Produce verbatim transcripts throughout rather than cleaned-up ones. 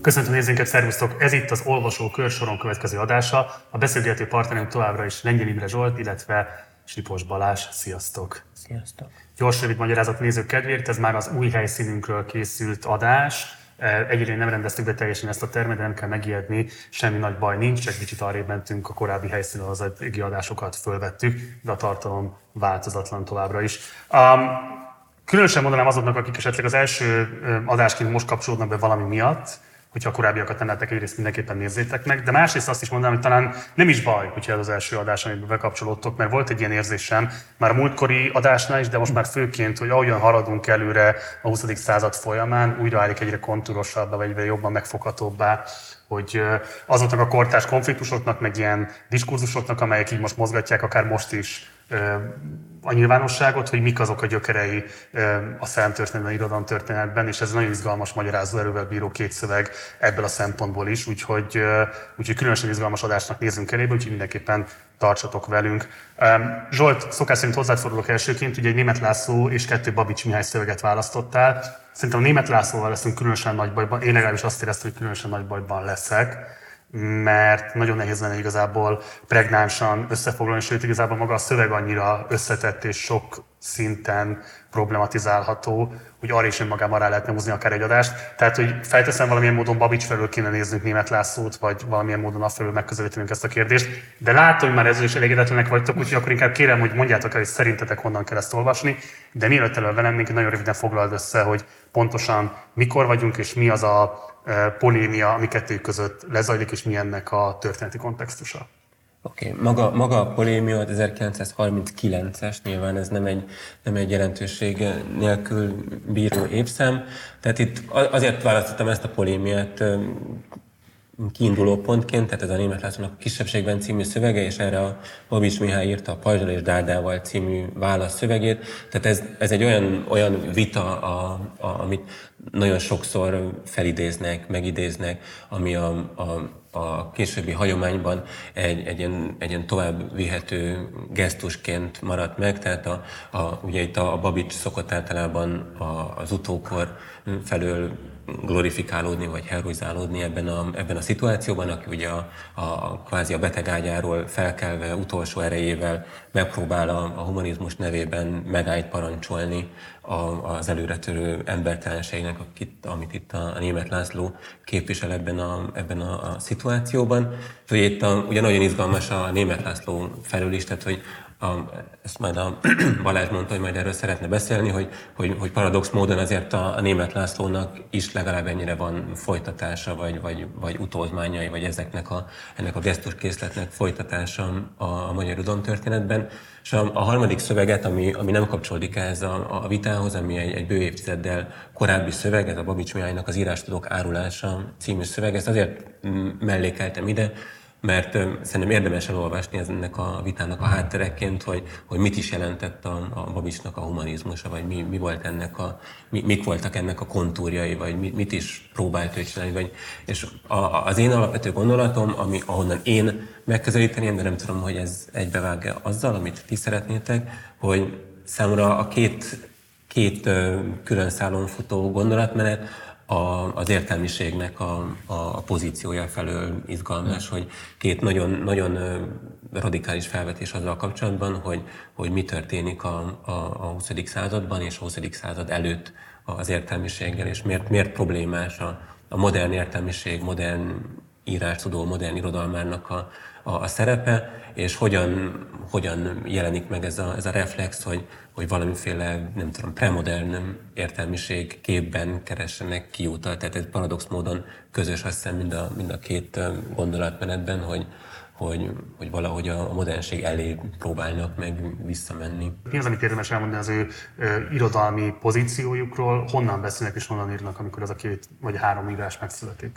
Köszöntöm nézőinket, szervusztok! Ez itt az Olvasó Kör soron következő adása. A beszélgető partnerünk továbbra is Lengyel Imre Zsolt, illetve Sipos Balázs. Sziasztok! Sziasztok! Gyors, rövid magyarázat nézők kedvéért, ez már az új helyszínünkről készült adás. Egyébként nem rendeztük be teljesen ezt a termet, de nem kell megijedni, semmi nagy baj nincs, csak kicsit arrébb mentünk a korábbi helyszínen, az eddigi adásokat fölvettük, de a tartalom változatlan továbbra is. Um, különösen mondanám azoknak, akik esetleg az első adásként most kapcsolódnak be valami miatt, hogyha a korábbiakat nem látták, egyrészt mindenképpen nézzétek meg, de másrészt azt is mondanám, hogy talán nem is baj, hogyha ez az első adás, amiben bekapcsolódtok, mert volt egy ilyen érzésem már a múltkori adásnál is, de most már főként, hogy ahogyan haladunk előre a huszadik század folyamán, újra válik egyre kontúrosabbá, vagy egyre jobban megfoghatóbbá, hogy azoknak a kortárs konfliktusoknak, meg ilyen diskurzusoknak, amelyek így most mozgatják, akár most is a nyilvánosságot, hogy mik azok a gyökerei a szellemtörténetben, a irodalomtörténetben, és ez nagyon izgalmas magyarázó erővel bíró két szöveg ebből a szempontból is, úgyhogy, úgyhogy különösen izgalmas adásnak nézzünk elébe, úgyhogy mindenképpen tartsatok velünk. Zsolt, szokás szerint hozzád fordulok elsőként, ugye egy Németh László és kettő Babits Mihály szöveget választottál. Szerintem a Németh Lászlóval leszünk különösen nagy bajban, én legalábbis azt éreztem, hogy különösen nagy bajban leszek, mert nagyon nehéz lenne igazából pregnánsan összefoglalni, sőt igazából maga a szöveg annyira összetett és sok szinten problematizálható, hogy arra is önmagában rá lehetne húzni akár egy adást. Tehát, hogy felteszem, valamilyen módon Babics felől kéne néznünk Németh Lászlót, vagy valamilyen módon afelől megközelítenünk ezt a kérdést. De látom, hogy már ezzel is elégedetlenek vagytok, úgyhogy akkor inkább kérem, hogy mondjátok el, hogy szerintetek honnan kell ezt olvasni. De mielőtt előbb lennénk, nagyon röviden foglald össze, hogy pontosan mikor vagyunk, és mi az a polémia, ami kettőjük között lezajlik, és mi ennek a történeti kontextusa. Oké, okay. maga, maga a polémia az ezerkilencszázharminckilences, nyilván ez nem egy, nem egy jelentőség nélkül bíró évszám. Tehát itt azért választottam ezt a polémiát kiinduló pontként, tehát ez a Németh Lászlónak a Kisebbségben című szövege, és erre a Babits Mihály írta a Pajzsal és Dárdával című válasz szövegét. Tehát ez, ez egy olyan, olyan vita, a, a, amit nagyon sokszor felidéznek, megidéznek, ami a, a, a későbbi hagyományban egy, egy, ilyen, egy ilyen tovább vihető gesztusként maradt meg. Tehát a, a, ugye itt a, a Babits szokott általában a, az utókor felől glorifikálódni vagy heroizálódni ebben a, ebben a szituációban, aki ugye a, a kvázi a betegágyáról felkelve utolsó erejével megpróbál a, a humanizmus nevében megállt parancsolni a, az előretörő embertelenségnek, akit, amit itt a, a Németh László képvisel ebben a, ebben a, a szituációban. Ugye itt a, ugye nagyon izgalmas a Németh László felől is, tehát hogy A, ezt majd a Balázs mondta, hogy majd erről szeretne beszélni, hogy, hogy, hogy paradox módon azért a, a Németh Lászlónak is legalább ennyire van folytatása, vagy, vagy, vagy utózmányai, vagy ezeknek a, ennek a gesztuskészletnek folytatása a, a magyar irodalomtörténetben. És a, a harmadik szöveget, ami, ami nem kapcsolódik ehhez a, a vitához, ami egy, egy bő évtizeddel korábbi szöveg, ez a Babits Mihálynak az Írástudók árulása című szöveg, ezt azért mellékeltem ide, mert szerintem érdemes elolvasni ennek a vitának a háttereként, hogy, hogy mit is jelentett a, a Babicsnak a humanizmusa, vagy mi, mi volt ennek a, mi, mik voltak ennek a kontúrjai, vagy mit, mit is próbált ő csinálni. Vagy, és a, az én alapvető gondolatom, ami, ahonnan én megközelíteném, de nem tudom, hogy ez egybevág azzal, amit ti szeretnétek, hogy számomra a két, két külön szálon futó gondolatmenet, A, az értelmiségnek a, a pozíciója felől izgalmas, hogy két nagyon, nagyon radikális felvetés azzal kapcsolatban, hogy, hogy mi történik a, a, a huszadik században és a huszadik század előtt az értelmiséggel, és miért, miért problémás a, a modern értelmiség, modern írástudó, modern irodalmárnak a, a, a szerepe, és hogyan, hogyan jelenik meg ez a, ez a reflex, hogy, hogy valamiféle, nem tudom, premodern értelmiség képben keressenek kiutat. Tehát ez paradox módon közös, azt hiszem, mind a, mind a két gondolatmenetben, hogy, hogy, hogy valahogy a modernség elé próbálnak meg visszamenni. Mi az, amit érdemes elmondani az ő ö, irodalmi pozíciójukról, honnan beszélnek és honnan írnak, amikor ez a két vagy három írás megszületik?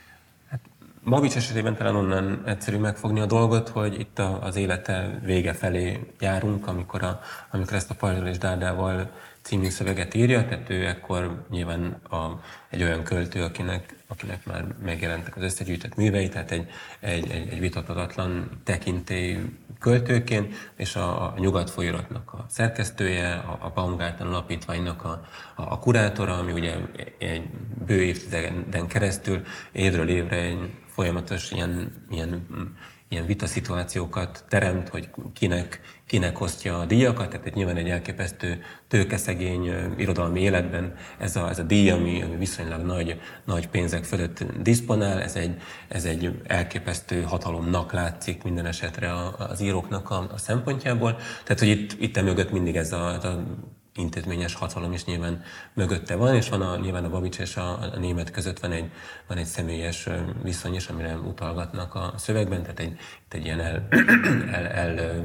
Babits esetében talán onnan egyszerű megfogni a dolgot, hogy itt a, az élete vége felé járunk, amikor, a, amikor ezt a Pajzsal és Dárdával című szöveget írja, tehát ő ekkor nyilván a, egy olyan költő, akinek, akinek már megjelentek az összegyűjtött művei, tehát egy, egy, egy, egy vitathatatlan tekintély költőként, és a, a Nyugat folyiratnak a szerkesztője, a, a Baumgarten alapítványnak a, a, a kurátora, ami ugye egy bő évtizeden keresztül évről évre egy folyamatos ilyen, ilyen, ilyen vitaszituációkat teremt, hogy kinek, kinek osztja a díjakat, tehát nyilván egy elképesztő tőkeszegény irodalmi életben ez a, ez a díj, ami, ami viszonylag nagy, nagy pénzek fölött diszponál, ez egy, ez egy elképesztő hatalomnak látszik minden esetre az íróknak a, a szempontjából. Tehát, hogy itt, itt emögött mindig ez a, a intézményes hatalom is nyilván mögötte van, és van a, nyilván a Babits és a, a német között van egy, van egy személyes viszony is, amire utalgatnak a szövegben, tehát egy, egy ilyen el, el, el,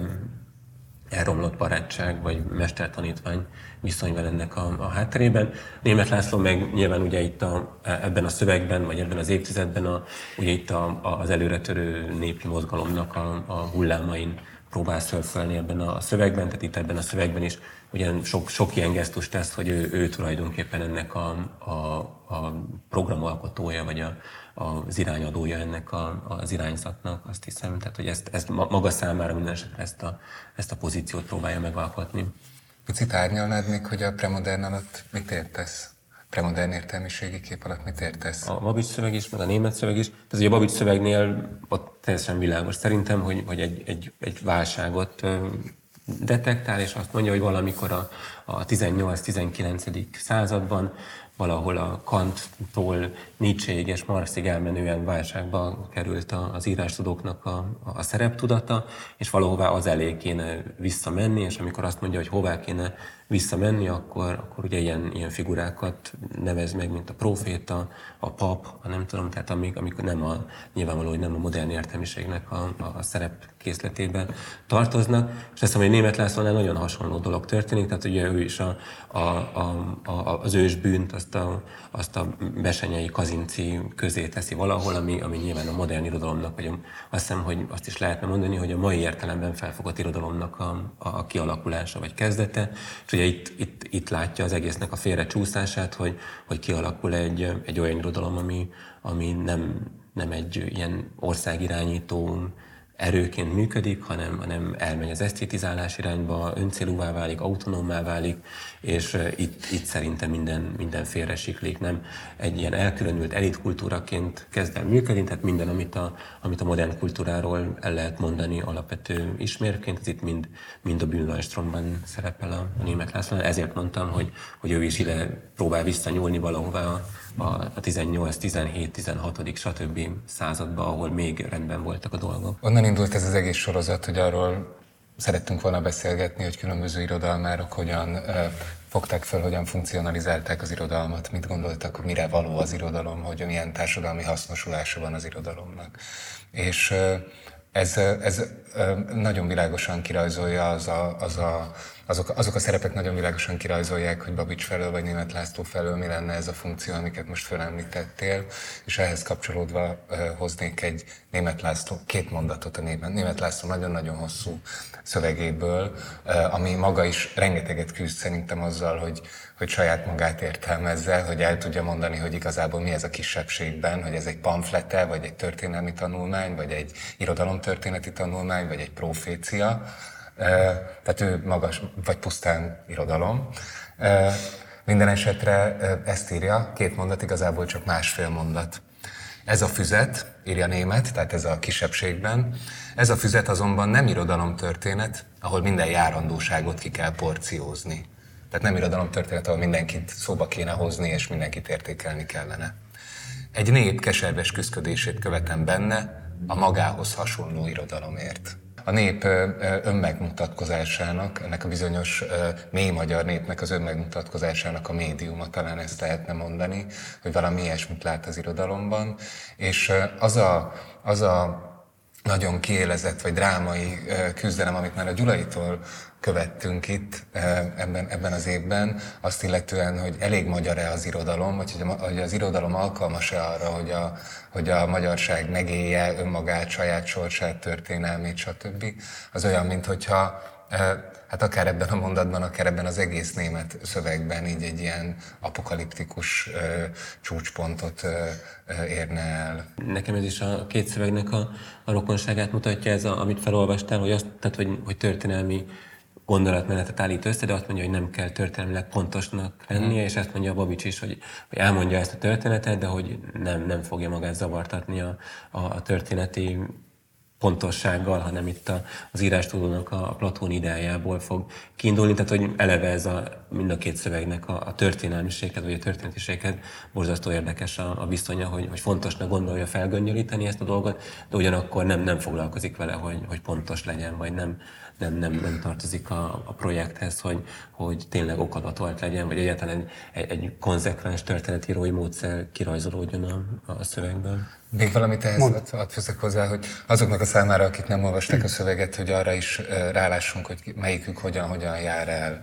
elromlott barátság, vagy mestertanítvány viszony van ennek a, a hátterében. Németh László meg nyilván ugye itt a, ebben a szövegben, vagy ebben az évtizedben a, ugye itt a, a, az előretörő népi mozgalomnak a, a hullámain próbál szörfölni ebben a szövegben, tehát itt ebben a szövegben is ugyan sok, sok ilyen gesztust tesz, hogy ő, ő tulajdonképpen ennek a, a, a programalkotója, vagy a, az irányadója ennek a, az irányzatnak, azt hiszem. Tehát, hogy ezt, ezt maga számára minden esetre ezt a, ezt a pozíciót próbálja megalkotni. Picit árnyalnád még, hogy a premodern alatt mit értesz? Premodern értelmiségi kép alatt mit értesz? A Babits szöveg is, meg a német szöveg is. Tehát ugye a Babits szövegnél ott teljesen világos szerintem, hogy, hogy egy, egy, egy válságot detektál, és azt mondja, hogy valamikor a, a tizennyolc-tizenkilencedik században valahol a Kanttól Nietzséig és Marxig elmenően válságba került az írástudóknak a, a szereptudata, és valahová az elé kéne visszamenni, és amikor azt mondja, hogy hová kéne visszamenni, akkor, akkor ugye ilyen, ilyen figurákat nevez meg, mint a próféta, a pap, a nem tudom, tehát amik, amikor nem a, nyilvánvaló, hogy nem a modern értelmiségnek a, a szerepkészletében tartoznak. És azt hiszem, hogy Németh Lászlónál nagyon hasonló dolog történik, tehát ugye ő is a, a, a, a, az ősbűnt, azt a, azt a Besenyei Kazinci közé teszi valahol, ami, ami nyilván a modern irodalomnak, vagy a, azt hiszem, hogy azt is lehetne mondani, hogy a mai értelemben felfogott irodalomnak a, a kialakulása vagy kezdete. És ugye itt, itt, itt látja az egésznek a félrecsúszását, hogy, hogy kialakul egy, egy olyan irodalom, ami, ami nem, nem egy ilyen országirányító erőként működik, hanem, hanem elmegy az esztétizálás irányba, öncélúvá válik, autonómmá válik, és itt, itt szerintem minden, minden félre siklik, nem egy ilyen elkülönült elitkultúraként kezd el működni, tehát minden, amit a, amit a modern kultúráról el lehet mondani alapvető ismérként, ez itt mind, mind a Bühnenstromban szerepel a, a Németh Lászlónál. Ezért mondtam, hogy, hogy ő is ide próbál visszanyúlni valahová a, a tizennyolc, tizenhét, tizenhat, stb. Században, ahol még rendben voltak a dolgok. Onnan indult ez az egész sorozat, hogy arról szerettünk volna beszélgetni, hogy különböző irodalmárok hogyan uh, fogták fel, hogyan funkcionalizálták az irodalmat, mit gondoltak, hogy mire való az irodalom, hogy milyen társadalmi hasznosulása van az irodalomnak. És uh, ez, ez uh, nagyon világosan kirajzolja az a, az a Azok, azok a szerepek nagyon világosan kirajzolják, hogy Babits felől vagy Németh László felől mi lenne ez a funkció, amiket most felemlítettél, és ehhez kapcsolódva uh, hoznék egy Németh László, két mondatot a Németh, Németh László nagyon-nagyon hosszú szövegéből, uh, ami maga is rengeteget küzd szerintem azzal, hogy, hogy saját magát értelmezze, hogy el tudja mondani, hogy igazából mi ez a kisebbségben, hogy ez egy pamflete, vagy egy történelmi tanulmány, vagy egy irodalomtörténeti tanulmány, vagy egy profécia. Uh, tehát ő magas, vagy pusztán irodalom. Uh, minden esetre uh, ezt írja, két mondat, igazából csak másfél mondat. Ez a füzet, írja Németh, tehát ez a kisebbségben, ez a füzet azonban nem irodalomtörténet, ahol minden járandóságot ki kell porciózni. Tehát nem irodalomtörténet, ahol mindenkit szóba kéne hozni, és mindenkit értékelni kellene. Egy nép keserves küszködését követem benne a magához hasonló irodalomért. A nép önmegmutatkozásának, ennek a bizonyos mély magyar népnek az önmegmutatkozásának a médiuma, talán ezt lehetne mondani, hogy valami ilyesmit lát az irodalomban, és az a, az a nagyon kiélezett vagy drámai küzdelem, amit már a Gyulaitól követtünk itt ebben, ebben az évben, azt illetően, hogy elég magyar-e az irodalom, vagy hogy, a, hogy az irodalom alkalmas-e arra, hogy a, hogy a magyarság megélje önmagát, saját sorsát, történelmét, stb. Az olyan, minthogyha hát akár ebben a mondatban, akár ebben az egész német szövegben így egy ilyen apokaliptikus csúcspontot érne el. Nekem ez is a két szövegnek a, a rokonságát mutatja, ez a, amit felolvastál, hogy, azt, tehát, hogy, hogy történelmi gondolatmenetet állít össze, de azt mondja, hogy nem kell történelmileg pontosnak lennie, mm. és ezt mondja a Babics is, hogy, hogy elmondja ezt a történetet, de hogy nem, nem fogja magát zavartatni a, a történeti pontossággal, hanem itt a, az írástudónak a, a Platón ideájából fog kiindulni, tehát hogy eleve ez a, mind a két szövegnek a, a történelmiséghez, vagy a történetiséghez borzasztó érdekes a, a viszonya, hogy, hogy fontosnak gondolja felgöngyölíteni ezt a dolgot, de ugyanakkor nem, nem foglalkozik vele, hogy, hogy pontos legyen, vagy nem, nem, nem, nem tartozik a, a projekthez, hogy, hogy tényleg okadatolt legyen, vagy egyáltalán egy, egy konzekvens történetírói módszer kirajzolódjon a, a szövegben. Még valamit ehhez hadd fűzzek hozzá, hogy azoknak a számára, akik nem olvasták a szöveget, hogy arra is rálássunk, hogy melyikük hogyan-hogyan jár el.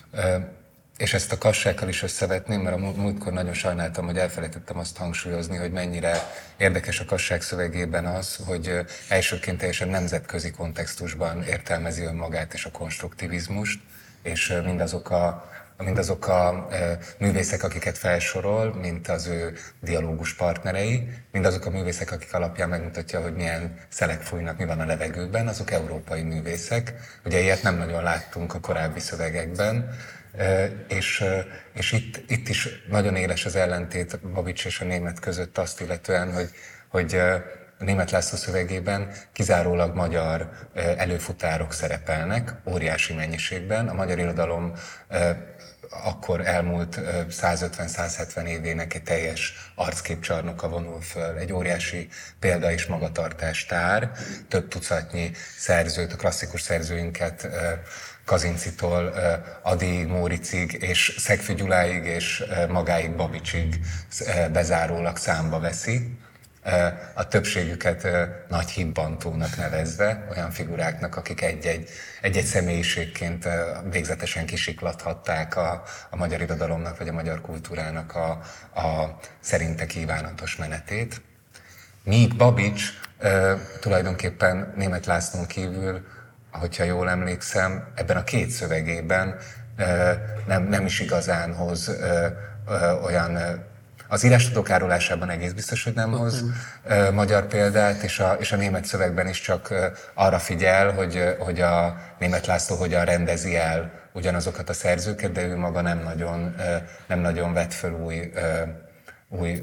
És ezt a kassákkal is összevetném, mert a múltkor nagyon sajnáltam, hogy elfelejtettem azt hangsúlyozni, hogy mennyire érdekes a kasság szövegében az, hogy elsőként teljesen nemzetközi kontextusban értelmezi önmagát és a konstruktivizmust, és mindazok a mindazok a e, művészek, akiket felsorol, mint az ő dialógus partnerei, mindazok a művészek, akik alapján megmutatja, hogy milyen szelek fújnak, mi van a levegőben, azok európai művészek. Ugye ilyet nem nagyon láttunk a korábbi szövegekben, e, és, e, és itt, itt is nagyon éles az ellentét Babics és a német között azt illetően, hogy, hogy a Németh László szövegében kizárólag magyar előfutárok szerepelnek, óriási mennyiségben. A magyar irodalom akkor elmúlt százötven-százhetven évének egy teljes arcképcsarnoka vonul föl. Egy óriási példa és magatartás tár, több tucatnyi szerzőt, a klasszikus szerzőinket Kazincitól Ady Móricig és Szegfű Gyuláig és magáig Babicsig bezárólag számba veszi. A többségüket nagy hibbantónak nevezve, olyan figuráknak, akik egy-egy, egy-egy személyiségként végzetesen kisiklathatták a, a magyar irodalomnak vagy a magyar kultúrának a, a szerinte kívánatos menetét. Míg Babics tulajdonképpen Németh Lászlón kívül, ahogyha jól emlékszem, ebben a két szövegében nem, nem is igazán hoz olyan. Az írástudók árulásában egész biztos, hogy nem hoz uh, magyar példát, és a, és a német szövegben is csak uh, arra figyel, hogy, hogy a Németh László hogyan rendezi el ugyanazokat a szerzőket, de ő maga nem nagyon, uh, nem nagyon vett föl új, uh, új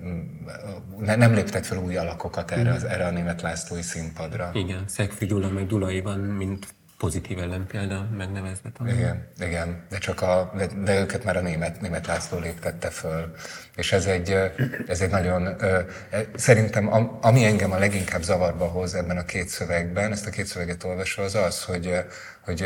uh, nem léptet föl új alakokat erre, az, erre a Németh Lászlói színpadra. Igen, Szegfű Gyula meg Gyulai van, mint pozitív ellenpélda megnevezve talán. Igen, igen, de, csak a, de, de őket már a német, német László léptette föl. És ez egy, ez egy nagyon, szerintem ami engem a leginkább zavarba hoz ebben a két szövegben, ezt a két szöveget olvasva, az az, hogy, hogy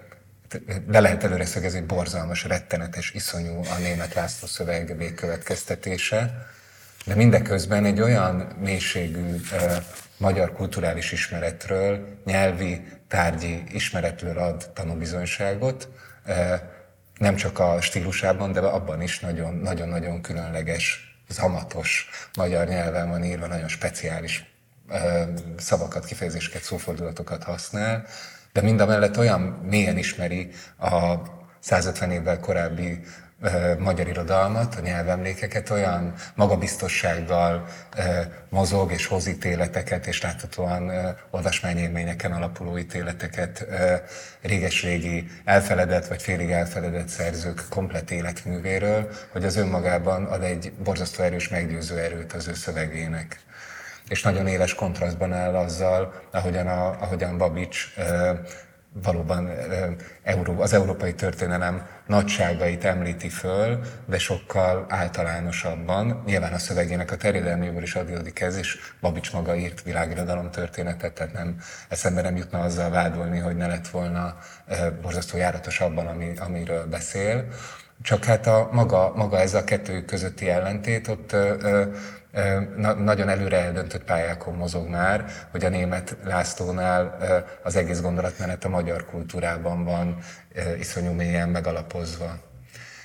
le lehet előre szögezni, hogy borzalmas, rettenetes, iszonyú a Németh László szöveg végkövetkeztetése, de mindeközben egy olyan mélységű magyar kulturális ismeretről, nyelvi, tárgyi ismeretről ad tanúbizonyságot, nem csak a stílusában, de abban is nagyon-nagyon különleges, zamatos magyar nyelven van írva, nagyon speciális szavakat, kifejezéseket, szófordulatokat használ, de mindamellett olyan mélyen ismeri a százötven évvel korábbi magyar irodalmat, a nyelvemlékeket, olyan magabiztossággal mozog és hoz ítéleteket, és láthatóan olvasmányélményeken alapuló ítéleteket réges-régi elfeledett vagy félig elfeledett szerzők komplett életművéről, hogy az önmagában ad egy borzasztó erős meggyőző erőt az ő szövegének. És nagyon éles kontrasztban áll azzal, ahogyan, a, ahogyan Babics valóban az európai történelem nagyságait említi föl, de sokkal általánosabban. Nyilván a szövegének a terjedelméből is adódik ez, és Babics maga írt világirodalom történetet, tehát nem, eszembe nem jutna azzal vádolni, hogy ne lett volna borzasztó járatos abban, ami, amiről beszél. Csak hát a, maga, maga ez a kettőjük közötti ellentét ott ö, ö, na, nagyon előre eldöntött pályákon mozog már, hogy a Németh Lászlónál ö, az egész gondolatmenet a magyar kultúrában van ö, iszonyú mélyen megalapozva.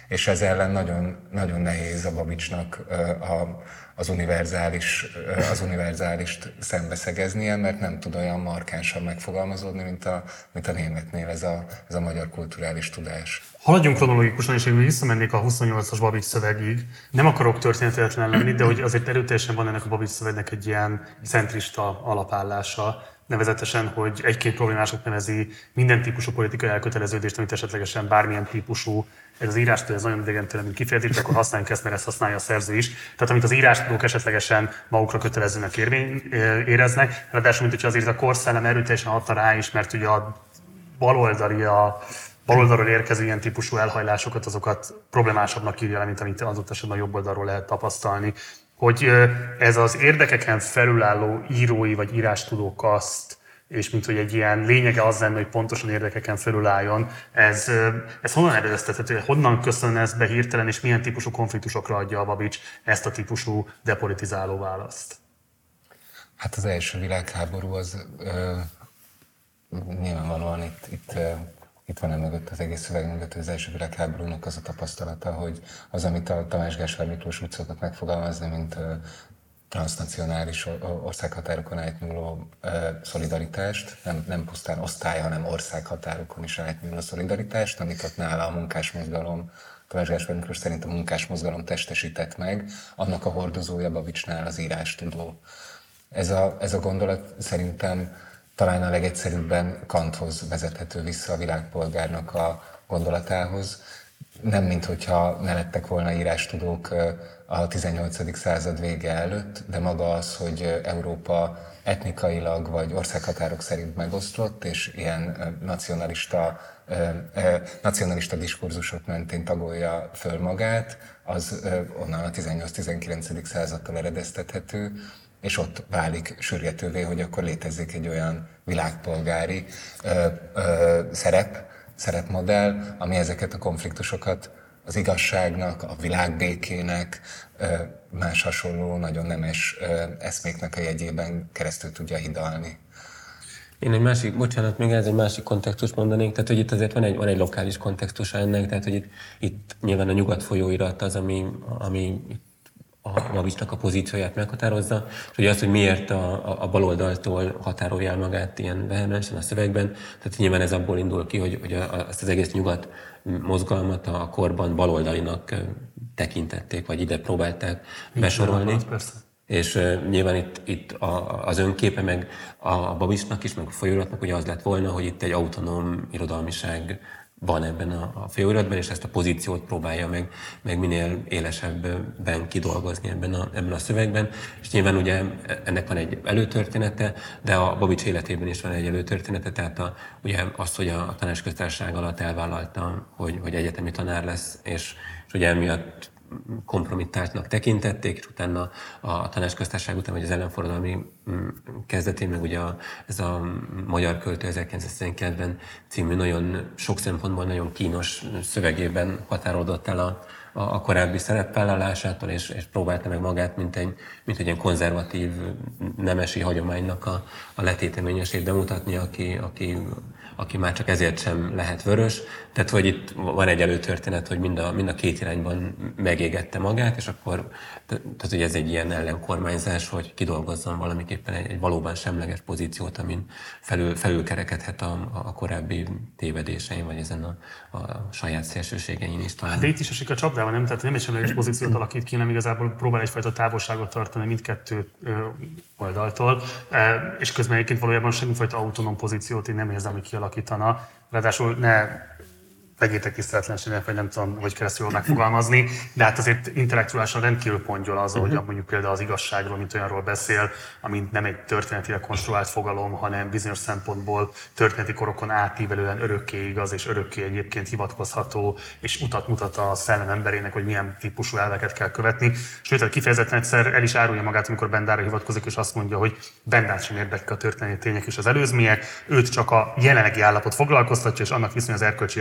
És ez ellen nagyon, nagyon nehéz a Babicsnak a, az, univerzális, az univerzálist szembeszegeznie, mert nem tud olyan markánsan megfogalmazódni, mint a, mint a németnél ez a, ez a magyar kulturális tudás. Haladjunk kronológikusan, és én visszamennék a huszonnyolcas Babics szövegig. Nem akarok történetetlen lenni, de hogy azért erőteljesen van ennek a Babics szövegnek egy ilyen centrista alapállása. Nevezetesen, hogy egy-két problémások nevezi minden típusú politikai elköteleződést, amit esetlegesen bármilyen típusú, ez az írástól, ez nagyon idegen tőlem, mint kifejezés, akkor használjunk ezt, mert ezt használja a szerző is. Tehát amit az írástudók esetlegesen magukra kötelezőnek érvény, éreznek, ráadásul, mint hogyha azért a korszellem erőteljesen adta rá is, mert ugye a baloldali, a baloldalról érkező ilyen típusú elhajlásokat, azokat problémásabbnak írja le, mint amit adott esetben a jobb oldalról lehet tapasztalni. Hogy ez az érdekeken felülálló írói vagy írástudó kaszt, és mint hogy egy ilyen lényege az lenne, hogy pontosan érdekeken felülálljon, ez, ez honnan eredeztethető, honnan köszön ez be hirtelen, és milyen típusú konfliktusokra adja a Babics ezt a típusú depolitizáló választ? Hát az első világháború az ö, nyilvánvalóan itt, itt Itt van mögött az egész szöveg mögött, az első világháborúnak az a tapasztalata, hogy az, amit a Tamás Gáspár Miklós úgy szokott megfogalmazni, mint transznacionális országhatárokon átnyúló szolidaritást, nem, nem pusztán osztály, hanem országhatárokon is átnyúló szolidaritást, amit ott nála a munkásmozgalom, Tamás Gáspár Miklós szerint a munkásmozgalom testesített meg, annak a hordozója Babicsnál az írástudó. Ez a, ez a gondolat szerintem talán a legegyszerűbben Kanthoz vezethető vissza, a világpolgárnak a gondolatához. Nem minthogyha ne lettek volna írástudók a tizennyolcadik század vége előtt, de maga az, hogy Európa etnikailag vagy országhatárok szerint megosztott, és ilyen nacionalista, nacionalista diskurzusok mentén tagolja föl magát, az onnan a tizennyolc-tizenkilencedik századtól eredeztethető, és ott válik sürgetővé, hogy akkor létezik egy olyan világpolgári ö, ö, szerep, szerepmodell, ami ezeket a konfliktusokat az igazságnak, a világbékének, ö, más hasonló, nagyon nemes ö, eszméknek a jegyében keresztül tudja hidalni. Én egy másik, bocsánat, még ez egy másik kontextus mondanék, tehát hogy itt azért van egy, van egy lokális kontextusa ennek, tehát hogy itt, itt nyilván a Nyugat folyóirat az, ami, ami a Babicsnak a pozícióját meghatározza, és ugye az, hogy miért a, a baloldaltól határolja el magát ilyen vehemensen a szövegben, tehát nyilván ez abból indul ki, hogy, hogy a, ezt az egész nyugat mozgalmat a korban baloldalinak tekintették, vagy ide próbálták besorolni. És uh, nyilván itt, itt a, az önképe meg a Babicsnak is, meg a folyóiratnak ugye az lett volna, hogy itt egy autonóm irodalmiság van ebben a, a folyóiratban, és ezt a pozíciót próbálja meg, meg minél élesebben kidolgozni ebben a, ebben a szövegben. És nyilván ugye ennek van egy előtörténete, de a Babics életében is van egy előtörténete, tehát a, ugye azt, hogy a, a Tanácsköztársaság alatt elvállalta, hogy, hogy egyetemi tanár lesz, és, és ugye emiatt kompromittáltnak tekintették, és utána a Tanácsköztársaság után, vagy az ellenforradalmi kezdetén, meg ugye a, ez a Magyar költő ezerkilencszáztizenkilencben című nagyon sok szempontból nagyon kínos szövegében határolódott el a, a, a korábbi szerepvállalásától, és, és próbálta meg magát, mint egy, mint egy ilyen konzervatív nemesi hagyománynak a, a letéteményesét bemutatni, aki, aki aki már csak ezért sem lehet vörös. Tehát, hogy itt van egy előtörténet, hogy mind a, mind a két irányban megégette magát, és akkor, tehát, hogy ez egy ilyen ellenkormányzás, hogy kidolgozzon valamiképpen egy, egy valóban semleges pozíciót, amin felül, felülkerekedhet a, a korábbi tévedésein, vagy ezen a, a saját szélsőségein is talán. De itt is esik a csapdában, nem? Tehát nem egy semleges pozíciót alakít ki, hanem igazából próbál egyfajta távolságot tartani mindkettő oldaltól, és közben egyébként valójában semmifajta autonóm pozíciót én nem érzem, hogy kialakítana. Ráadásul ne vegyétek tiszteletlenségnek, vagy nem tudom, hogy keresztül megfogalmazni, de hát azért intellektuálisan rendkívül pontyol az, hogy uh-huh. mondjuk például az igazságról, mint olyanról beszél, amint nem egy történetileg konstruált fogalom, hanem bizonyos szempontból történeti korokon átívelően örökké igaz, és örökké egyébként hivatkozható, és utat mutat a szellem emberének, hogy milyen típusú elveket kell követni. Sőt, kifejezetten egyszer el is árulja magát, amikor Bendára hivatkozik, és azt mondja, hogy Bendát sem érdeklik a történeti tények és az előzmények, őt csak a jelenlegi állapot foglalkoztatja, és annak viszont az erkölcsi eszméket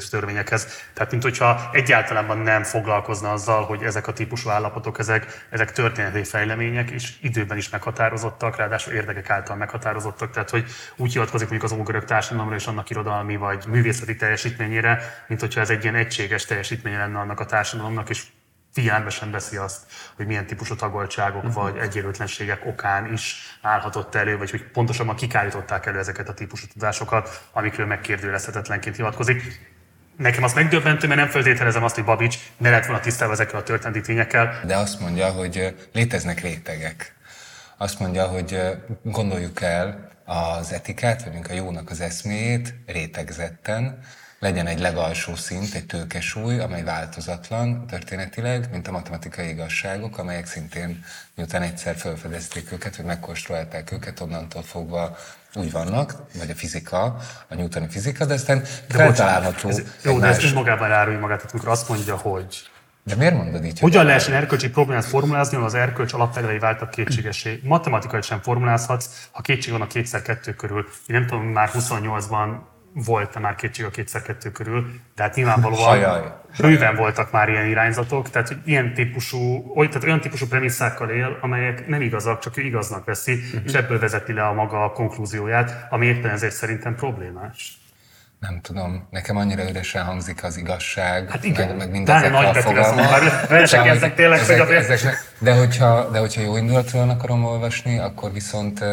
természetes törvényekhez. Tehát, mint hogyha egyáltalán nem foglalkozna azzal, hogy ezek a típusú állapotok, ezek, ezek történeti fejlemények, és időben is meghatározottak, ráadásul érdekek által meghatározottak. Tehát, hogy úgy hivatkozik mondjuk az ógörög társadalomra és annak irodalmi vagy művészeti teljesítményére, mint hogyha ez egy ilyen egységes teljesítmény lenne annak a társadalomnak, és figyelembe sem veszi azt, hogy milyen típusú tagoltságok uh-huh. vagy egyenlőtlenségek okán is állhatott elő, vagy hogy pontosabban kik állították elő ezeket a típusú tudásokat, amikről megkérdőjelezhetetlenként hivatkozik. Nekem azt megdöbbentő, mert nem feltételezem azt, hogy Babics ne lett volna tisztában ezekkel a történeti tényekkel. De azt mondja, hogy léteznek rétegek. Azt mondja, hogy gondoljuk el az etikát, vagy a jónak az eszméjét rétegzetten, legyen egy legalsó szint, egy tőkesúly, amely változatlan történetileg, mint a matematikai igazságok, amelyek szintén, miután egyszer felfedezték őket, vagy megkonstruálták őket, onnantól fogva úgy vannak, vagy a fizika, a newtoni fizika, de aztán de feltalálható... Ez, jó, de ez önmagában árulja magát, tehát amikor azt mondja, hogy... De miért mondod így? Hogyan lehessen erkölcsi problémát formulázni, ahol az erkölcs alapelvei váltak kétségessé? Matematikai sem formulázhatsz, ha kétség van a kétszer kettő körül. Én nem tudom, már huszonnyolcban volt már kétség a kétszer kettő körül, de hát nyilvánvalóan bőven voltak már ilyen irányzatok, tehát hogy ilyen típusú, oly, tehát olyan típusú premisszákkal él, amelyek nem igazak, csak ő igaznak veszi, uh-huh. és ebből vezeti le a maga konklúzióját, ami éppen ezért szerintem problémás. Nem tudom, nekem annyira üresen hangzik az igazság, hát igen, meg, meg mindezek a fogalmak. Versenyeznek tényleg, ezek, hogy a... ezek, de, hogyha, de hogyha jó indulatúan akarom olvasni, akkor viszont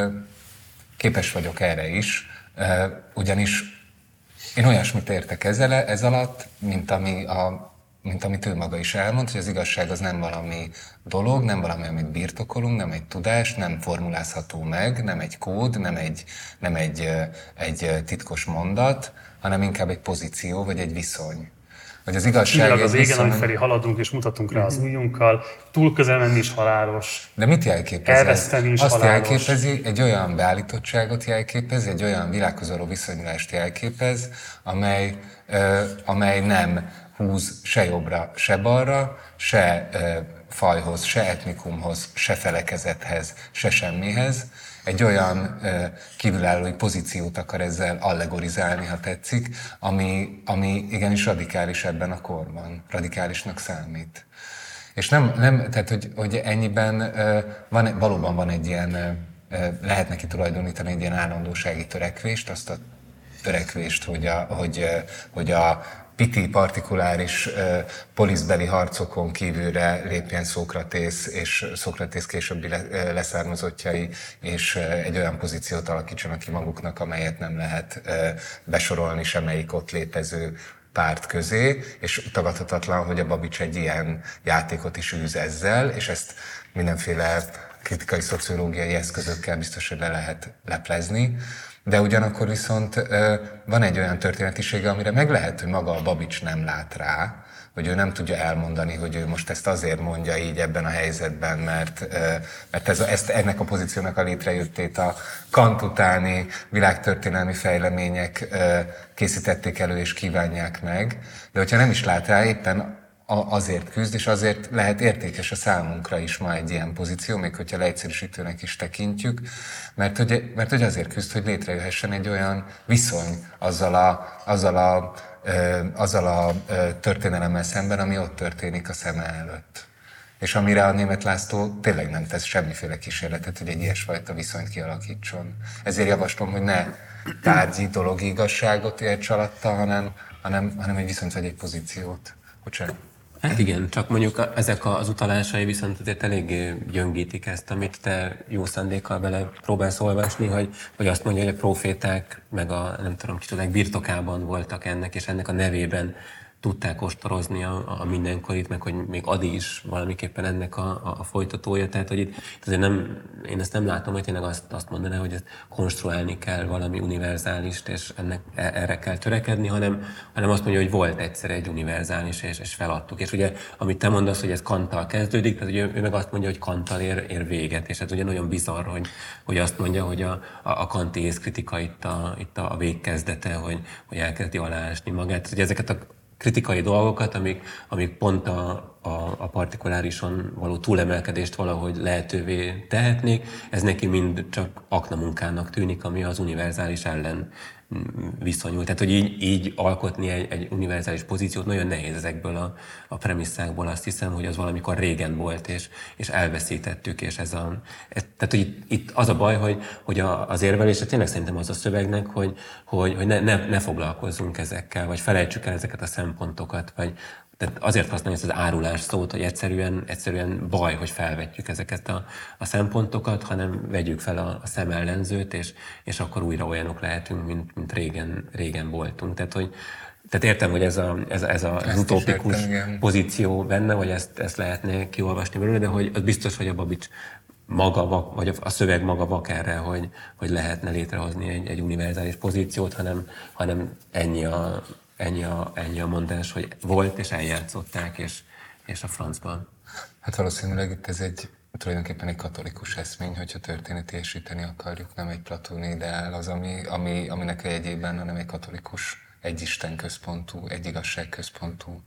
képes vagyok erre is, ugyanis én olyasmit értek ezzel, ez alatt, mint, ami a, mint amit ő maga is elmond, hogy az igazság az nem valami dolog, nem valami, amit birtokolunk, nem egy tudás, nem formulázható meg, nem egy kód, nem egy, nem egy, egy titkos mondat, hanem inkább egy pozíció vagy egy viszony. Vagy az igazság az égen, viszony... felé haladunk és mutatunk rá az ujjunkkal, túl közel menni is halálos. De mit jelképez? Elveszteni is Azt halálos. jelképezi, egy olyan beállítottságot jelképez, egy olyan világhoz való viszonyulást jelképez, amely, ö, amely nem húz se jobbra, se balra, se ö, fajhoz, se etnikumhoz, se felekezethez, se semmihez. Egy olyan ö, kívülállói pozíciót akar ezzel allegorizálni, ha tetszik, ami, ami igenis radikális ebben a korban, radikálisnak számít. És nem, nem tehát, hogy, hogy ennyiben ö, van, valóban van egy ilyen, ö, lehet neki tulajdonítani egy ilyen állandósági törekvést, azt a törekvést, hogy a, hogy, hogy a piti partikuláris uh, poliszbeli harcokon kívülre lépjen Szókratész és Szókratész későbbi le, uh, leszármazottjai, és uh, egy olyan pozíciót alakítsanak ki maguknak, amelyet nem lehet uh, besorolni semmelyik ott létező párt közé, és tagadhatatlan, hogy a Babics egy ilyen játékot is űz ezzel, és ezt mindenféle kritikai szociológiai eszközökkel biztos, hogy le lehet leplezni. De ugyanakkor viszont van egy olyan történetisége, amire meg lehet, hogy maga a Babics nem lát rá, hogy ő nem tudja elmondani, hogy ő most ezt azért mondja így ebben a helyzetben, mert, mert ez, ezt, ennek a pozíciónak a létrejöttét a Kant utáni világtörténelmi fejlemények készítették elő és kívánják meg. De hogyha nem is lát rá, éppen azért küzd, és azért lehet értékes a számunkra is ma egy ilyen pozíció, még hogyha leegyszerűsítőnek is tekintjük, mert hogy, mert hogy azért küzd, hogy létrejöhessen egy olyan viszony azzal a, azzal a, azzal a történelemmel szemben, ami ott történik a szeme előtt. És amire a Németh László tényleg nem tesz semmiféle kísérletet, hogy egy ilyesfajta viszonyt kialakítson. Ezért javaslom, hogy ne tárgyi, dologi igazságot érts alatta, hanem, hanem, hanem egy viszonyt vagy egy pozíciót. Bocsánat. Hát igen, csak mondjuk ezek az utalásai viszont azért eléggé gyöngítik ezt, amit te jó szándékkal bele próbálsz olvasni, hogy, hogy azt mondja, hogy a proféták meg a nem tudom kicsodák birtokában voltak ennek, és ennek a nevében tudták ostorozni a, a mindenkorit, meg hogy még Ady is valamiképpen ennek a, a, a folytatója. Tehát, hogy itt azért nem, én ezt nem látom, hogy tényleg azt, azt mondaná, hogy ezt konstruálni kell valami univerzálist, és ennek, erre kell törekedni, hanem, hanem azt mondja, hogy volt egyszer egy univerzális, és, és feladtuk. És ugye, amit te mondasz, hogy ez Kanttal kezdődik, tehát ugye ő meg azt mondja, hogy Kanttal ér, ér véget, és ez ugye nagyon bizarr, hogy, hogy azt mondja, hogy a, a, a kanti észkritika itt a, itt a végkezdete, hogy, hogy elkezdi aláásni magát. Ugye ezeket a kritikai dolgokat, amik, amik pont a, a, a partikulárison való túlemelkedést valahogy lehetővé tehetnék. Ez neki mind csak aknamunkának tűnik, ami az univerzális ellen viszonyul. Tehát, hogy így, így alkotni egy, egy univerzális pozíciót nagyon nehéz ezekből a, a premisszákból. Azt hiszem, hogy az valamikor régen volt, és, és elveszítettük, és ez a... Ez, tehát, hogy itt, itt az a baj, hogy, hogy a, az érvelése tényleg szerintem az a szövegnek, hogy, hogy, hogy ne, ne, ne foglalkozzunk ezekkel, vagy felejtsük el ezeket a szempontokat, vagy tehát azért használja ezt az árulás szót, hogy egyszerűen, egyszerűen baj, hogy felvetjük ezeket a, a szempontokat, hanem vegyük fel a, a szemellenzőt, és, és akkor újra olyanok lehetünk, mint, mint régen, régen voltunk. Tehát, hogy, tehát értem, hogy ez, a, ez, ez a, az utópikus értem, pozíció benne, vagy ezt, ezt lehetne kiolvasni belőle, de hogy az biztos, hogy a Babics maga, vagy a szöveg maga vak erre, hogy, hogy lehetne létrehozni egy, egy univerzális pozíciót, hanem, hanem ennyi a Ennyi a, ennyi a mondás, hogy volt, és eljátszották, és, és a francban. Hát valószínűleg itt ez egy tulajdonképpen egy katolikus eszmény, hogyha történetiesíteni akarjuk, nem egy platóni ideál az, ami, ami, aminek a jegyében, hanem egy katolikus, egy Isten központú, egy igazság központú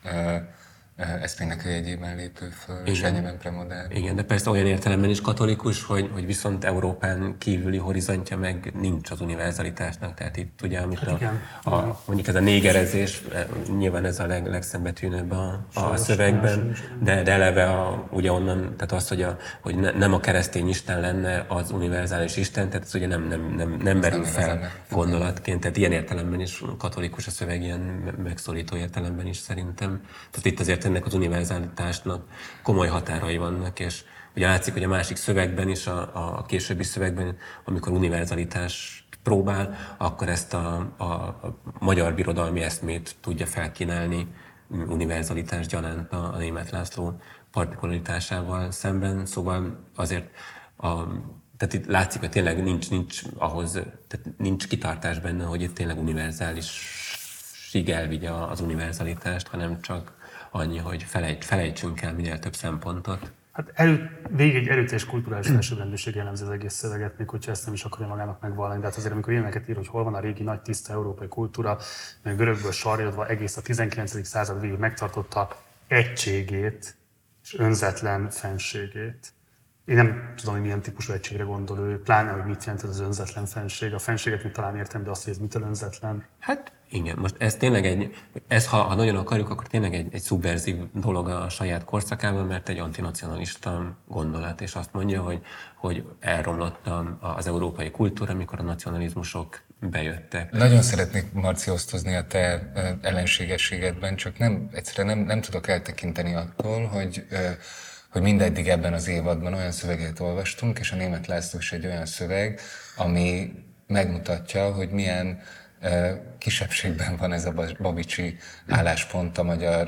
eszménynek a jegyében lépő föl, és ennyiben premodern. Igen, de persze olyan értelemben is katolikus, hogy, hogy viszont Európán kívüli horizontja meg nincs az univerzalitásnak. Tehát itt ugye, amit a, a, mondjuk ez a négerezés, nyilván ez a leg, legszembetűnőbb a, a szövegben, de, de eleve a, ugye onnan, tehát az, hogy, a, hogy ne, nem a keresztény Isten lenne az univerzális Isten, tehát ez ugye nem, nem, nem, nem merül fel gondolatként. Tehát ilyen értelemben is katolikus a szöveg, ilyen megszólító értelemben is szerintem. Tehát itt azért ennek az univerzalitásnak komoly határai vannak, és ugye látszik, hogy a másik szövegben is, a, a későbbi szövegben, amikor univerzalitást próbál, akkor ezt a, a, a magyar birodalmi eszmét tudja felkínálni univerzalitás gyanánt a, a Németh László partikularitásával szemben, szóval azért a, tehát itt látszik, hogy tényleg nincs, nincs ahhoz, tehát nincs kitartás benne, hogy itt tényleg univerzálisig elvigye az univerzalitást, hanem csak annyi, hogy felejts, felejtsünk el minél több szempontot. Hát erő, végig egy erőteljes kulturális felsőbbrendűség jellemzi az egész szöveget, még hogyha ezt nem is akarja magának megvallani. De hát azért, amikor ilyeneket ír, hogy hol van a régi nagy tiszta európai kultúra, meg görögből sarjadva egész a tizenkilencedik század végig megtartotta egységét és önzetlen fenségét. Én nem tudom, hogy milyen típusú egységre gondol ő, pláne, hogy mit jelent ez az önzetlen fenség. A fenséget még talán értem, de azt, hogy ez mitől önzetlen. Hát igen, most ez tényleg egy, ez ha, ha nagyon akarjuk, akkor tényleg egy, egy szubverzív dolog a saját korszakában, mert egy antinacionalista gondolat, és azt mondja, hogy, hogy elromlott az európai kultúra, amikor a nacionalizmusok bejöttek. Nagyon szeretnék, Marci, osztozni a te ellenségességedben, csak nem, egyszerűen nem, nem tudok eltekinteni attól, hogy hogy mindeddig ebben az évadban olyan szöveget olvastunk, és a Németh László is egy olyan szöveg, ami megmutatja, hogy milyen uh, kisebbségben van ez a babicsi álláspont a magyar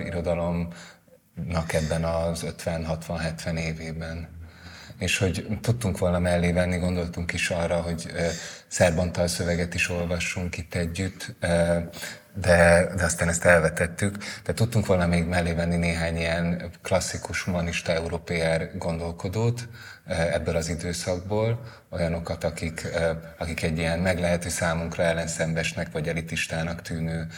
irodalomnak ebben az ötven hatvan hetven évében. És hogy tudtunk volna mellé venni, gondoltunk is arra, hogy uh, Szerb Antal szöveget is olvassunk itt együtt, uh, De, de aztán ezt elvetettük. De tudtunk volna még mellé venni néhány ilyen klasszikus humanista európér gondolkodót ebből az időszakból, olyanokat, akik, akik egy ilyen meglehető számunkra ellenszembesnek vagy elitistának tűnő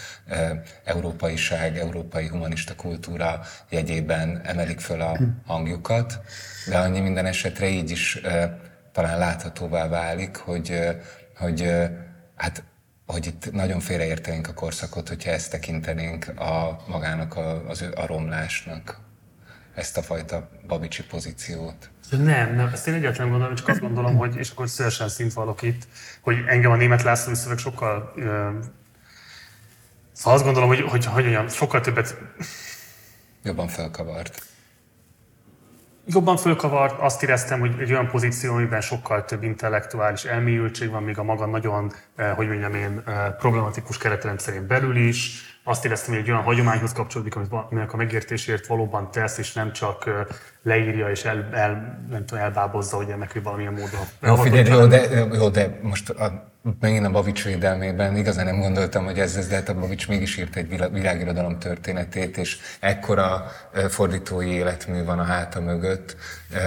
európaiság, európai humanista kultúra jegyében emelik föl a hangjukat, de annyi minden esetre így is talán láthatóvá válik, hogy, hogy hát hogy itt nagyon félreértenénk a korszakot, hogyha ezt tekintenénk a, magának a, az, a romlásnak, ezt a fajta babicsi pozíciót. Nem, nem, ezt én egyáltalán gondolom, csak azt gondolom, hogy, és akkor szívesen szint vallok itt, hogy engem a Németh László szöveg sokkal... Uh, szóval azt gondolom, hogy, hogy, hogy olyan, sokkal többet... Jobban felkavart. Jobban fölkavart, azt éreztem, hogy egy olyan pozíció, amiben sokkal több intellektuális elmélyültség van, még a maga nagyon, hogy mondjam én, problematikus keretrendszerén belül is. Azt éreztem, hogy egy olyan hagyományhoz kapcsolódik, aminek a megértésért valóban tesz, és nem csak leírja és el, el, nem tudom, elbábozza, hogy ennek ő valamilyen módon... Jó, figyelj, jó, de, jó, de most a, megint a Babics védelmében igazán nem gondoltam, hogy ez, ez de hát a Babics mégis írt egy világirodalom történetét, és ekkora fordítói életmű van a háta mögött.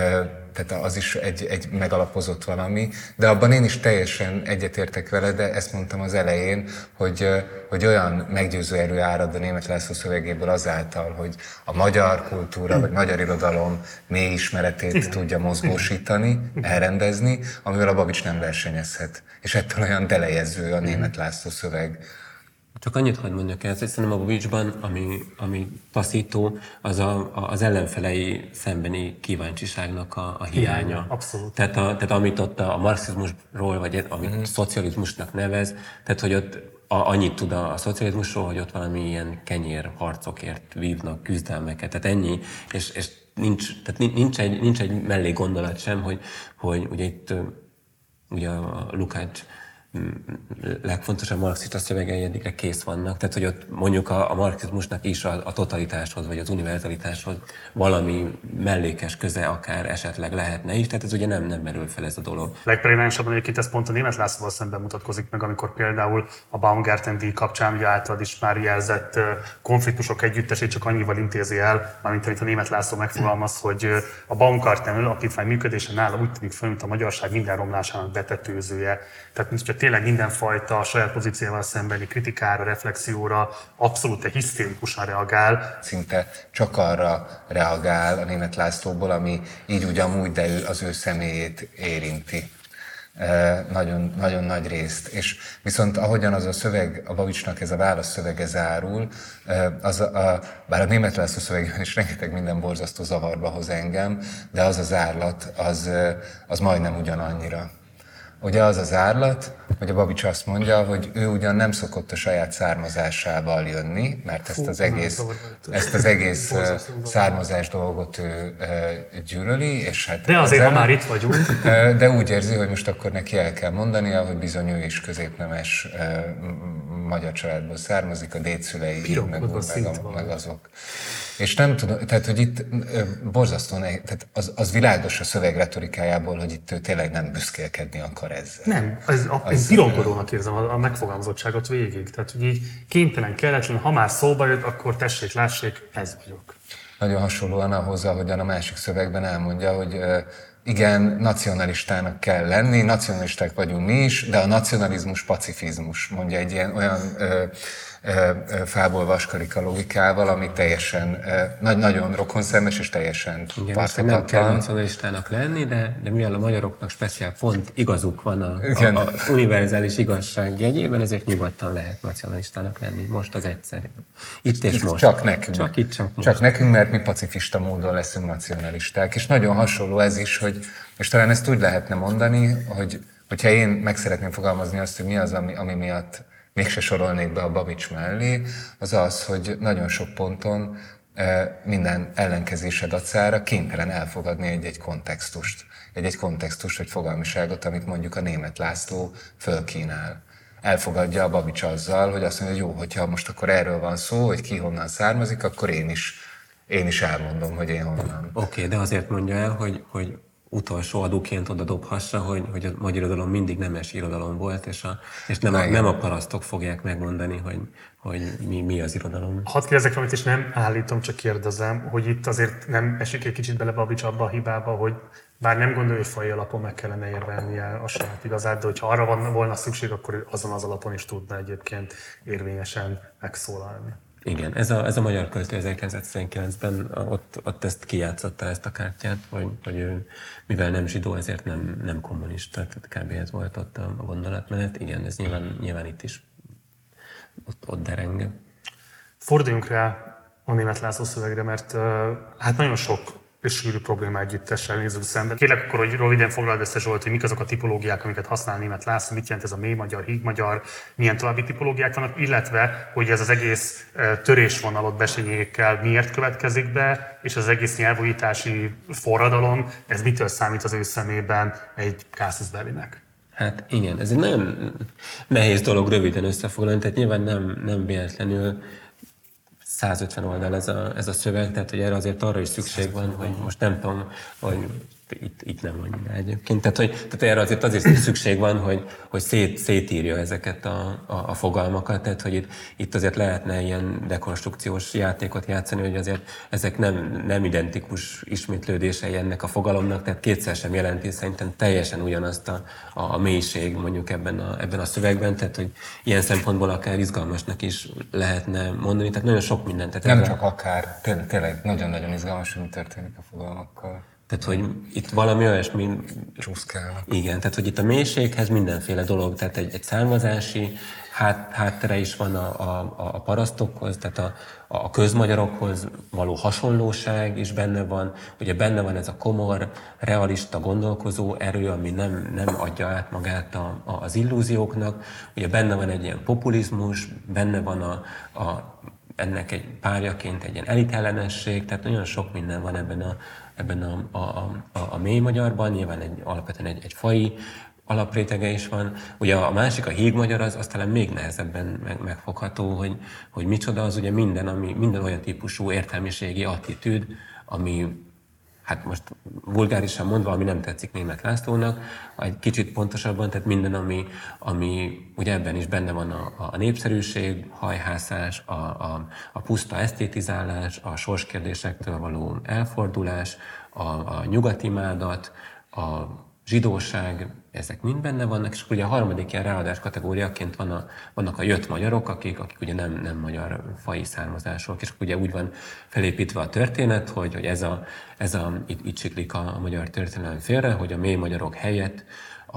tehát az is egy, egy megalapozott valami, de abban én is teljesen egyetértek vele, de ezt mondtam az elején, hogy, hogy olyan meggyőző erő árad a Németh László szövegéből azáltal, hogy a magyar kultúra, vagy magyar irodalom mély ismeretét tudja mozgósítani, elrendezni, amivel a Babics nem versenyezhet. És ettől olyan delejező a Németh László szöveg. Csak annyit hadd mondjak el, hogy szerintem a Babicsban, ami, ami taszító, az a, az ellenfelei szembeni kíváncsiságnak a, a hiánya. Igen, abszolút. Tehát, a, tehát amit ott a marxizmusról, vagy amit mm. szocializmusnak nevez, tehát hogy ott a, annyit tud a, a szocializmusról, hogy ott valami ilyen kenyérharcokért vívnak küzdelmeket. Tehát ennyi, és, és nincs, tehát nincs, egy, nincs egy mellé gondolat sem, hogy, hogy ugye itt ugye a Lukács legfontosabb marxista szövegei eddigre kész vannak. Tehát, hogy ott mondjuk a, a marxizmusnak is a, a totalitáshoz, vagy az univerzalitáshoz valami mellékes köze akár esetleg lehetne is. Tehát ez ugye nem, nem merül fel ez a dolog. Legpregnányosabban egyébként ez pont a Németh Lászlóval szemben mutatkozik meg, amikor például a Baumgarten-díj kapcsán ugye általad is már jelzett konfliktusok együttesét csak annyival intézi el, mármint amit a Németh László megfogalmaz, hogy a Baumgarten alapítvány működése nála úgy tűnik föl, mint a magyarság minden romlásának betetőzője. Tehát mint tényleg mindenfajta a saját pozícióval szembeni kritikára, reflexióra abszolút egy hisztérikusan reagál. Szinte csak arra reagál a Németh Lászlóból, ami így ugyanúgy, de ő, az ő személyét érinti. E, nagyon, nagyon nagy részt. És viszont ahogyan az a szöveg, a Babicsnak ez a válaszszövege zárul, az a, a, bár a Németh László szövegben is rengeteg minden borzasztó zavarba hoz engem, de az a zárlat, az, az majdnem ugyanannyira. Ugye az az árlat, hogy a Babics azt mondja, hogy ő ugyan nem szokott a saját származásával jönni, mert ezt az egész, ezt az egész származás dolgot ő gyűlöli, és hát de azért, ha már itt vagyunk. De úgy érzi, hogy most akkor neki el kell mondania, hogy bizony ő is középnemes magyar családból származik, a dédszülei, meg, meg, meg azok. És nem tudom, tehát, hogy itt borzasztó, tehát az, az világos a szöveg retorikájából, hogy itt ő tényleg nem büszkélkedni akar ezzel. Nem, ez a, én pironkodónak érzem a, a megfogalmazottságot végig. Tehát, hogy így kénytelen, kelletlen, ha már szóba jött, akkor tessék, lássék, ez vagyok. Nagyon hasonlóan ahhoz, ahogyan a másik szövegben elmondja, hogy igen, nacionalistának kell lenni, nacionalisták vagyunk mi is, de a nacionalizmus pacifizmus, mondja egy ilyen olyan ö, ö, fából vaskarika logikával, ami teljesen ö, nagyon rokonszenves és teljesen párthatatlan. Nem kell nacionalistának lenni, de, de mivel a magyaroknak speciál pont igazuk van a, a, a univerzális igazság jegyében, ezért nyugodtan lehet nacionalistának lenni. Most az egyszerű. Itt és itt most. Csak nekünk. Csak itt, csak most. Csak nekünk, mert mi pacifista módon leszünk nacionalisták. És nagyon hasonló ez is, hogy és talán ezt úgy lehetne mondani, hogy hogyha én meg szeretném fogalmazni azt, hogy mi az, ami, ami miatt mégse sorolnék be a Babics mellé, az az, hogy nagyon sok ponton e, minden ellenkezése dacára kénytelen elfogadni egy-egy kontextust. Egy-egy kontextust, vagy fogalmiságot, amit mondjuk a Németh László fölkínál. Elfogadja a Babics azzal, hogy azt mondja, hogy jó, hogyha most akkor erről van szó, hogy ki honnan származik, akkor én is, én is elmondom, hogy én honnan. Oké, okay, de azért mondja el, hogy, hogy utolsó adóként oda dobhassa, hogy, hogy a magyar irodalom mindig nemes irodalom volt, és, a, és nem, a, nem a parasztok fogják megmondani, hogy, hogy mi, mi az irodalom. Hadd kérdezzek valamit, és nem állítom, csak kérdezem, hogy itt azért nem esik egy kicsit bele Babics abba a hibába, hogy bár nem gondolja, hogy faji alapon meg kellene érvelnie a saját igazát, de hogyha arra van, volna szükség, akkor azon az alapon is tudna egyébként érvényesen megszólalni. Igen, ez a, ez a magyar költő ezerkilencszáztizenkilencben ott, ott ezt kijátszotta, ezt a kártyát, hogy, hogy ő, mivel nem zsidó, ezért nem, nem kommunista, tehát kb. Ez volt ott a gondolatmenet. Igen, ez nyilván, nyilván itt is ott, ott dereng. Forduljunk rá a Németh László szövegre, mert hát nagyon sok és sűrű probléma együttessel nézzük szemben. Kérlek akkor, hogy röviden foglald össze, Zsolt, hogy mik azok a tipológiák, amiket használ Németh László, mit jelent ez a mély magyar, híg magyar, milyen további tipológiák vannak, illetve, hogy ez az egész törésvonalot Bessenyékkel miért következik be, és az egész nyelvújítási forradalom, ez mitől számít az ő szemében egy Cassius Bellinek? Hát igen, ez egy nagyon nehéz dolog röviden összefoglalni, tehát nyilván nem, nem véletlenül százötven oldal ez a, ez a szöveg, tehát hogy erre azért arra is szükség van, hogy most nem tudom, hogy itt, itt nem annyira egyébként. Tehát, hogy, tehát erre azért azért szükség van, hogy, hogy szét, szétírja ezeket a, a, a fogalmakat, tehát hogy itt, itt azért lehetne ilyen dekonstrukciós játékot játszani, hogy azért ezek nem, nem identikus ismétlődései ennek a fogalomnak, tehát kétszer sem jelenti szerintem teljesen ugyanazt a, a, a mélység mondjuk ebben a, ebben a szövegben, tehát hogy ilyen szempontból akár izgalmasnak is lehetne mondani, tehát nagyon sok mindent. Tehát nem ez csak a... akár, tényleg, tényleg nagyon-nagyon izgalmas, hogy mi történik a fogalmakkal. Tehát, hogy itt valami olyasmi... Csúszkálnak. Igen, tehát, hogy itt a mélységhez mindenféle dolog, tehát egy, egy származási hát, háttere is van a, a, a parasztokhoz, tehát a, a közmagyarokhoz való hasonlóság is benne van. Ugye benne van ez a komor, realista gondolkozó erő, ami nem, nem adja át magát a, a, az illúzióknak. Ugye benne van egy ilyen populizmus, benne van a, a ennek egy párjaként egy ilyen elitellenesség, tehát nagyon sok minden van ebben a, ebben a, a, a, a mély magyarban, nyilván egy, alapvetően egy, egy faji alaprétege is van. Ugye a másik, a hígmagyar, az, az talán még nehezebben meg, megfogható, hogy, hogy micsoda az ugye minden, ami, minden olyan típusú értelmiségi attitűd, ami hát most vulgárisan mondva, ami nem tetszik Németh Lászlónak, egy kicsit pontosabban, tehát minden, ami, ami ugye ebben is benne van a, a népszerűség, hajhászás, a, a, a puszta esztétizálás, a sorskérdésektől való elfordulás, a, a nyugatimádat, a zsidóság, ezek mind benne vannak, és ugye a harmadik ilyen ráadás kategóriaként van a, vannak a jött magyarok, akik, akik ugye nem, nem magyar faji származásúak, és ugye úgy van felépítve a történet, hogy, hogy ez a, ez a, itt, itt siklik a, a magyar történelem félre, hogy a mély magyarok helyett a,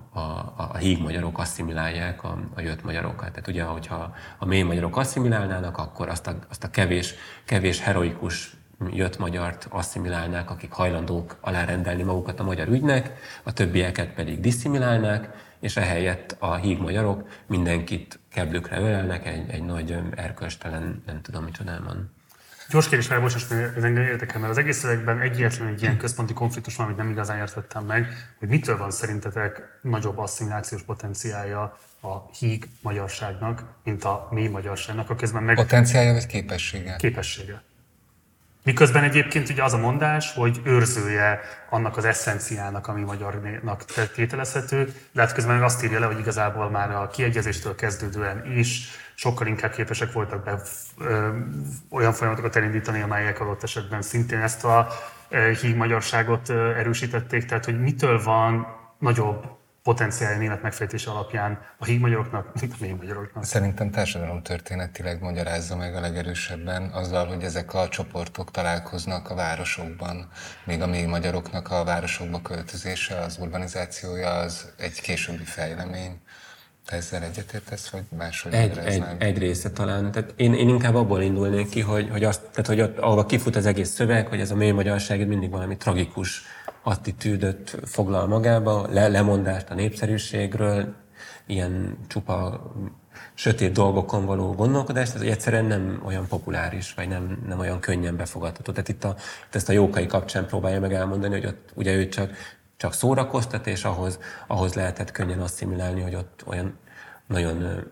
a, a híg magyarok asszimilálják a, a jött magyarokat. Tehát ugye, hogyha a mély magyarok asszimilálnának, akkor azt a, azt a kevés, kevés heroikus jött magyart asszimilálnák, akik hajlandók alárendelni magukat a magyar ügynek, a többieket pedig disszimilálnák, és ehelyett a híg magyarok mindenkit keblükre ölelnek egy, egy nagy erkölcstelen, nem tudom micsodában. Gyors kérdés, mert most ez engem érdekel, mert az egész szövegben egyetlen egy ilyen központi konfliktus van, amit nem igazán értettem meg, hogy mitől van szerintetek nagyobb asszimilációs potenciálja a híg magyarságnak, mint a mély magyarságnak, a közben meg... Potenciálja vagy képessége? Képessége. Miközben egyébként ugye az a mondás, hogy őrzője annak az eszenciának, ami magyarnak tételezhető, de hát közben meg azt írja le, hogy igazából már a kiegyezéstől kezdődően is sokkal inkább képesek voltak be ö, olyan folyamatokat elindítani, amelyek adott esetben szintén ezt a ö, híg magyarságot ö, erősítették. Tehát, hogy mitől van nagyobb potenciálja német megfejtése alapján a híg magyaroknak, mint a mély magyaroknak? Szerintem társadalomtörténetileg magyarázza meg a legerősebben azzal, hogy ezek a csoportok találkoznak a városokban. Még a mély magyaroknak a városokba költözése, az urbanizációja az egy későbbi fejlemény. Te ezzel egyetértesz, vagy máshogy egy, egy, egy része talán. Tehát én, én inkább abból indulnék ki, hogy, hogy, azt, tehát, hogy ott, ahova kifut az egész szöveg, hogy ez a mély magyarság mindig valami tragikus attitűdöt foglal magába, le, lemondást a népszerűségről, ilyen csupa sötét dolgokon való gondolkodást, ez egyszerűen nem olyan populáris, vagy nem, nem olyan könnyen befogadható. Tehát itt, a, itt ezt a Jókai kapcsán próbálja meg elmondani, hogy ott ugye ő csak, csak szórakoztat, és ahhoz, ahhoz lehetett könnyen asszimilálni, hogy ott olyan nagyon,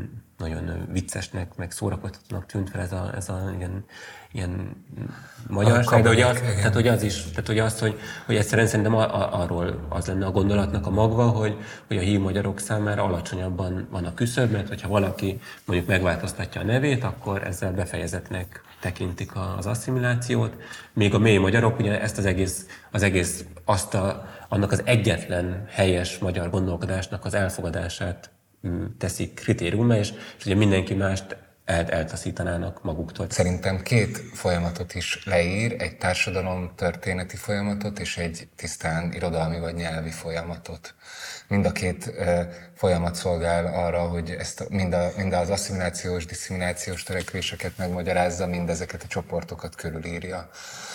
nagyon viccesnek, meg szórakoztatónak tűnt fel ez a, ez a ilyen, ilyen magyarság, de ugye az, tehát, hogy az is, tehát ugye az, hogy, hogy egyszerűen szerintem a, a, arról az lenne a gondolatnak a magva, hogy, hogy a híg magyarok számára alacsonyabban van a küszöb, mert hogyha valaki mondjuk megváltoztatja a nevét, akkor ezzel befejezetnek tekintik az asszimilációt, még a mély magyarok ugye ezt az egész, az egész azt a, annak az egyetlen helyes magyar gondolkodásnak az elfogadását teszik kritériumá, és, és ugye mindenki mást el, eltaszítanának maguktól. Szerintem két folyamatot is leír, egy társadalom történeti folyamatot és egy tisztán irodalmi vagy nyelvi folyamatot. Mind a két uh, folyamat szolgál arra, hogy ezt mind, a, mind az asszimilációs, disszimilációs törekvéseket megmagyarázza, mind ezeket a csoportokat körülírja.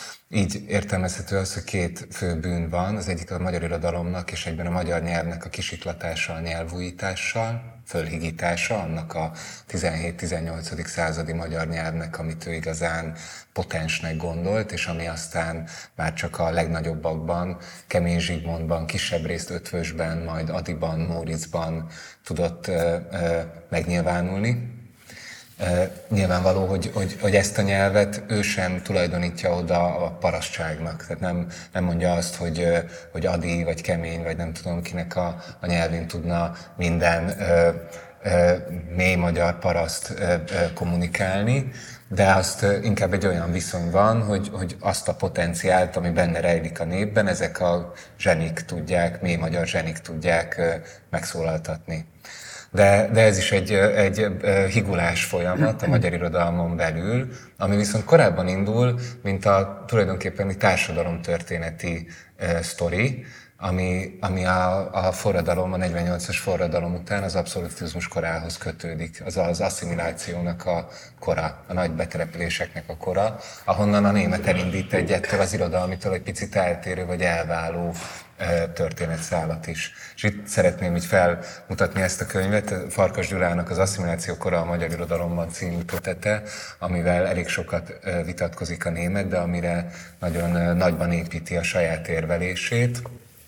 Így értelmezhető az, hogy két fő bűn van, az egyik a magyar irodalomnak és egyben a magyar nyelvnek a kisiklatása, a nyelvújítással, fölhigítása, annak a tizenhét-tizennyolcadik századi magyar nyelvnek, amit ő igazán potensnek gondolt, és ami aztán már csak a legnagyobbakban, Kemény Zsigmondban, kisebb részt Ötvösben, majd Adiban, Móricban tudott ö, ö, megnyilvánulni. Nyilvánvaló, hogy, hogy, hogy ezt a nyelvet ő sem tulajdonítja oda a parasztságnak. Tehát nem, nem mondja azt, hogy, hogy adi, vagy kemény, vagy nem tudom kinek a, a nyelvén tudna minden ö, ö, mély magyar paraszt ö, ö, kommunikálni, de azt inkább egy olyan viszony van, hogy, hogy azt a potenciált, ami benne rejlik a népben, ezek a zsenik tudják, mély magyar zsenik tudják megszólaltatni. De, de ez is egy, egy higulás folyamat a magyar irodalmon belül, ami viszont korábban indul, mint a tulajdonképpen társadalomtörténeti uh, sztori, ami, ami a, a forradalom, a negyvennyolcas forradalom után az abszolutizmus korához kötődik, az az asszimilációnak a kora, a nagy betelepüléseknek a kora, ahonnan a német elindít egy ettől az irodalmitől egy picit eltérő vagy elváló történetszálat is. És itt szeretném így felmutatni ezt a könyvet, Farkas Gyulának az Asszimiláció kora a magyar irodalomban című kötete, amivel elég sokat vitatkozik a német, de amire nagyon nagyban építi a saját érvelését.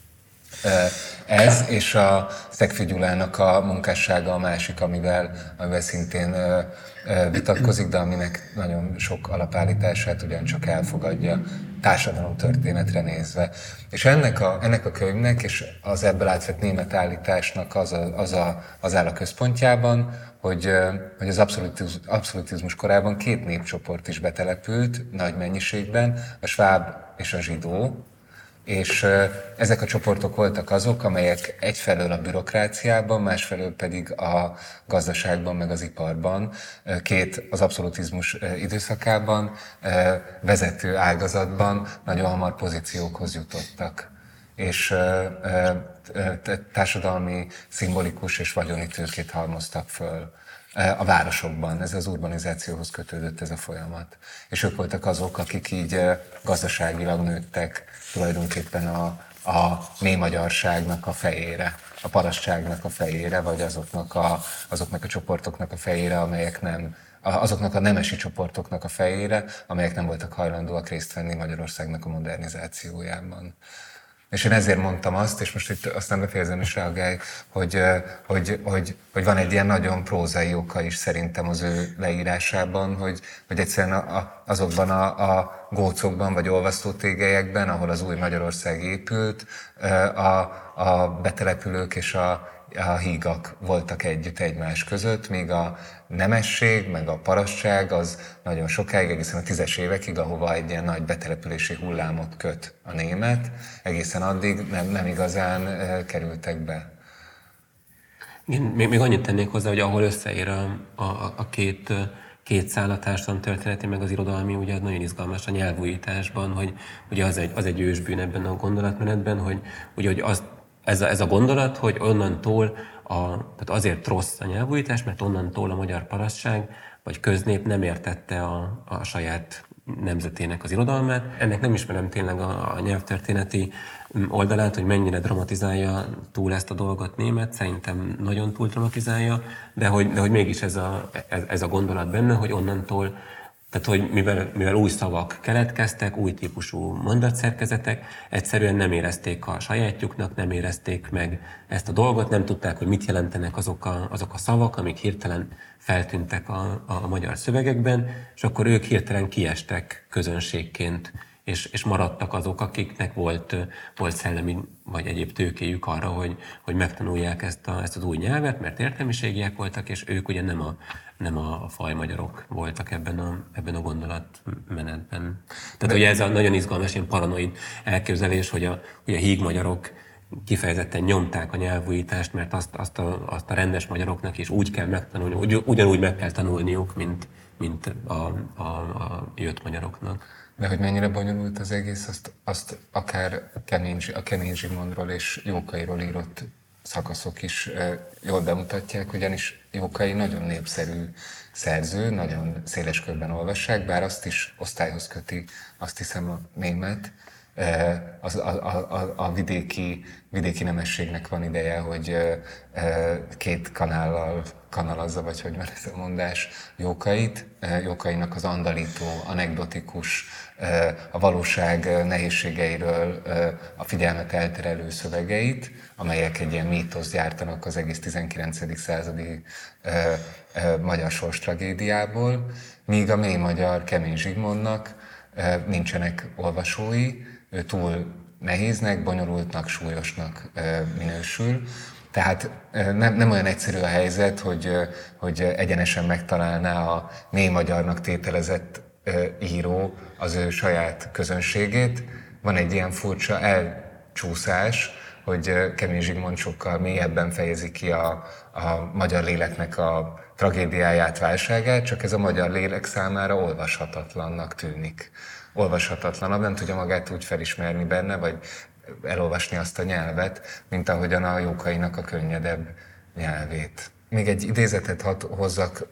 Ez és a Szegfy Gyulának a munkássága a másik, amivel, amivel szintén vitatkozik, de aminek nagyon sok alapállítását ugyancsak elfogadja társadalomtörténetre nézve. És ennek a, ennek a könyvnek és az ebből átvett német állításnak az, a, az, a, az áll a központjában, hogy, hogy az abszolutizmus, abszolutizmus korában két népcsoport is betelepült nagy mennyiségben, a sváb és a zsidó, és ezek a csoportok voltak azok, amelyek egyfelől a bürokráciában, másfelől pedig a gazdaságban, meg az iparban, két az abszolutizmus időszakában vezető ágazatban nagyon hamar pozíciókhoz jutottak. És társadalmi, szimbolikus és vagyoni tőkét halmoztak föl a városokban. Ez az urbanizációhoz kötődött ez a folyamat. És ők voltak azok, akik így gazdaságilag nőttek tulajdonképpen a, a mély magyarságnak a fejére, a parasztságnak a fejére, vagy azoknak a, azoknak a csoportoknak a fejére, amelyek nem, azoknak a nemesi csoportoknak a fejére, amelyek nem voltak hajlandóak részt venni Magyarországnak a modernizációjában. És én ezért mondtam azt, és most itt aztán befejezem is reagálj, hogy, hogy, hogy, hogy van egy ilyen nagyon prózai oka is szerintem az ő leírásában, hogy, hogy egyszerűen a, azokban a, a gócokban vagy olvasztótégelyekben, ahol az új Magyarország épült, a, a betelepülők és a a hígak voltak együtt egymás között, míg a nemesség, meg a parasztság az nagyon sokáig, egészen a tízes évekig, ahova egy ilyen nagy betelepülési hullámot köt a német, egészen addig nem, nem igazán e, kerültek be. Én még, még annyit tennék hozzá, hogy ahol összeér a, a, a két, két szál, a társadalom történeti, meg az irodalmi, ugye az nagyon izgalmas a nyelvújításban, hogy ugye az egy, az egy ősbűn ebben a gondolatmenetben, hogy, ugye, hogy az Ez a, ez a gondolat, hogy onnantól, a, tehát azért rossz a nyelvújítás, mert onnantól a magyar parasztság vagy köznép nem értette a, a saját nemzetének az irodalmát. Ennek nem ismerem tényleg a, a nyelvtörténeti oldalát, hogy mennyire dramatizálja túl ezt a dolgot német, szerintem nagyon túl dramatizálja, de hogy, de hogy mégis ez a, ez, ez a gondolat benne, hogy onnantól, tehát, hogy mivel, mivel új szavak keletkeztek, új típusú mondatszerkezetek, egyszerűen nem érezték a sajátjuknak, nem érezték meg ezt a dolgot, nem tudták, hogy mit jelentenek azok a, azok a szavak, amik hirtelen feltűntek a, a magyar szövegekben, és akkor ők hirtelen kiestek közönségként, és, és maradtak azok, akiknek volt, volt szellemi vagy egyéb tőkéjük arra, hogy, hogy megtanulják ezt, a, ezt az új nyelvet, mert értelmiségiek voltak, és ők ugye nem a, nem a fajmagyarok voltak ebben a, ebben a gondolatmenetben. Tehát ugye ez a nagyon izgalmas ilyen paranoid elképzelés, hogy a, hogy a hígmagyarok kifejezetten nyomták a nyelvújítást, mert azt, azt, a, azt a rendes magyaroknak is úgy kell megtanulni, ugy, ugyanúgy meg kell tanulniuk, mint, mint a, a, a jött magyaroknak. De hogy mennyire bonyolult az egész, azt, azt akár Kemény, a Kemény Zsigmondról és Jókairól írott szakaszok is e, jól bemutatják, ugyanis Jókai nagyon népszerű szerző, nagyon széles körben olvassák, bár azt is osztályhoz köti, azt hiszem a német, e, az, a, a, a vidéki, vidéki nemességnek van ideje, hogy e, két kanállal kanalazza, vagy hogy van ez a mondás, Jókait, Jókainak az andalító, anekdotikus, a valóság nehézségeiről a figyelmet elterelő szövegeit, amelyek egy ilyen mítoszt gyártanak az egész tizenkilencedik századi magyar sors tragédiából, míg a mély magyar Kemény Zsigmondnak nincsenek olvasói, ő túl nehéznek, bonyolultnak, súlyosnak minősül. Tehát nem, nem olyan egyszerű a helyzet, hogy, hogy egyenesen megtalálná a mély magyarnak tételezett író az ő saját közönségét. Van egy ilyen furcsa elcsúszás, hogy Kemény Zsigmond sokkal mélyebben fejezi ki a, a magyar léleknek a tragédiáját, válságát, csak ez a magyar lélek számára olvashatatlannak tűnik. Olvashatatlan, nem tudja magát úgy felismerni benne, vagy elolvasni azt a nyelvet, mint ahogyan a Jókainak a könnyedebb nyelvét. Még egy idézetet hadd hozzak,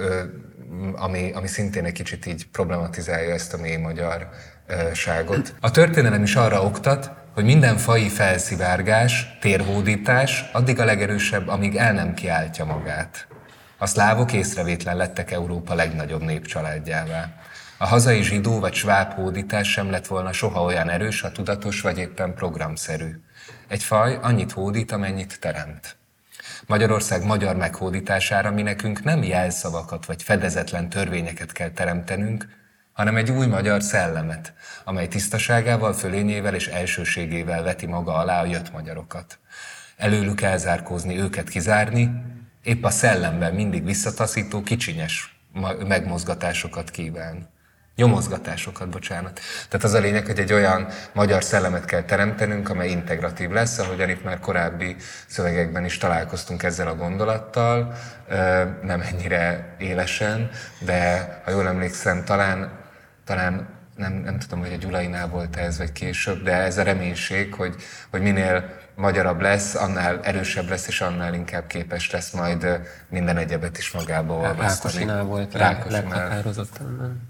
ami, ami szintén egy kicsit így problematizálja ezt a mély magyarságot. A történelem is arra oktat, hogy minden faji felszivárgás, térhódítás addig a legerősebb, amíg el nem kiáltja magát. A szlávok észrevétlen lettek Európa legnagyobb népcsaládjává. A hazai zsidó vagy sváb hódítás sem lett volna soha olyan erős, ha tudatos vagy éppen programszerű. Egy faj annyit hódít, amennyit teremt. Magyarország magyar meghódítására mi nekünk nem jelszavakat vagy fedezetlen törvényeket kell teremtenünk, hanem egy új magyar szellemet, amely tisztaságával, fölényével és elsőségével veti maga alá a jött magyarokat. Előlük elzárkózni, őket kizárni, épp a szellemben mindig visszataszító, kicsinyes megmozgatásokat kíván. Nyomozgatásokat, bocsánat. Tehát az a lényeg, hogy egy olyan magyar szellemet kell teremtenünk, amely integratív lesz, ahogyan itt már korábbi szövegekben is találkoztunk ezzel a gondolattal, nem ennyire élesen, de ha jól emlékszem, talán, talán nem, nem tudom, hogy a Gyulainál volt ez, vagy később, de ez a reménység, hogy, hogy minél magyarabb lesz, annál erősebb lesz, és annál inkább képes lesz majd minden egyebet is magába olvasztani. Rákosinál volt leghatározottan.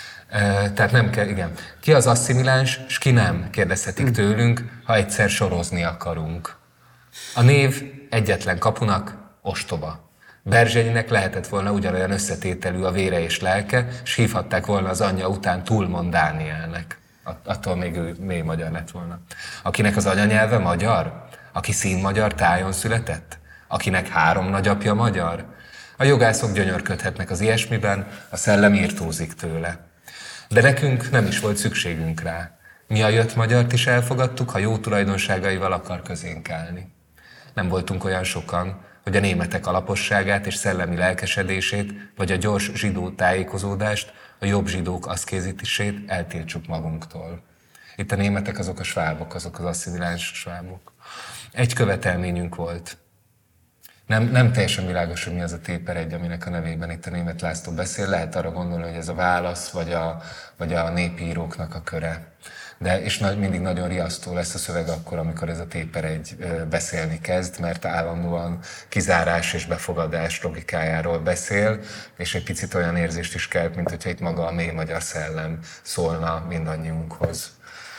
Tehát nem kell, igen. Ki az asszimiláns, s ki nem, kérdezhetik tőlünk, ha egyszer sorozni akarunk. A név egyetlen kapunak ostoba. Berzsenyinek lehetett volna ugyanolyan összetételű a vére és lelke, s hívhatták volna az anyja után Túlmond Dánielnek. Attól még ő mély magyar lett volna. Akinek az anyanyelve magyar? Aki színmagyar tájon született? Akinek három nagyapja magyar? A jogászok gyönyörködhetnek az ilyesmiben, a szellem írtózik tőle. De nekünk nem is volt szükségünk rá. Mi a jött magyart is elfogadtuk, ha jó tulajdonságaival akar közénk állni. Nem voltunk olyan sokan, hogy a németek alaposságát és szellemi lelkesedését, vagy a gyors zsidó tájékozódást, a jobb zsidók aszkézisét eltiltsuk magunktól. Itt a németek azok a svábok, azok az asszimiláns svábok. Egy követelményünk volt. Nem, nem teljesen világos, hogy mi az a téper egy, aminek a nevében itt a Németh László beszél. Lehet arra gondolni, hogy ez a válasz, vagy a, vagy a népíróknak a köre. De, és nagy, mindig nagyon riasztó lesz a szöveg akkor, amikor ez a téper egy beszélni kezd, mert állandóan kizárás és befogadás logikájáról beszél, és egy picit olyan érzést is kelt, mint hogyha itt maga a mély magyar szellem szólna mindannyiunkhoz.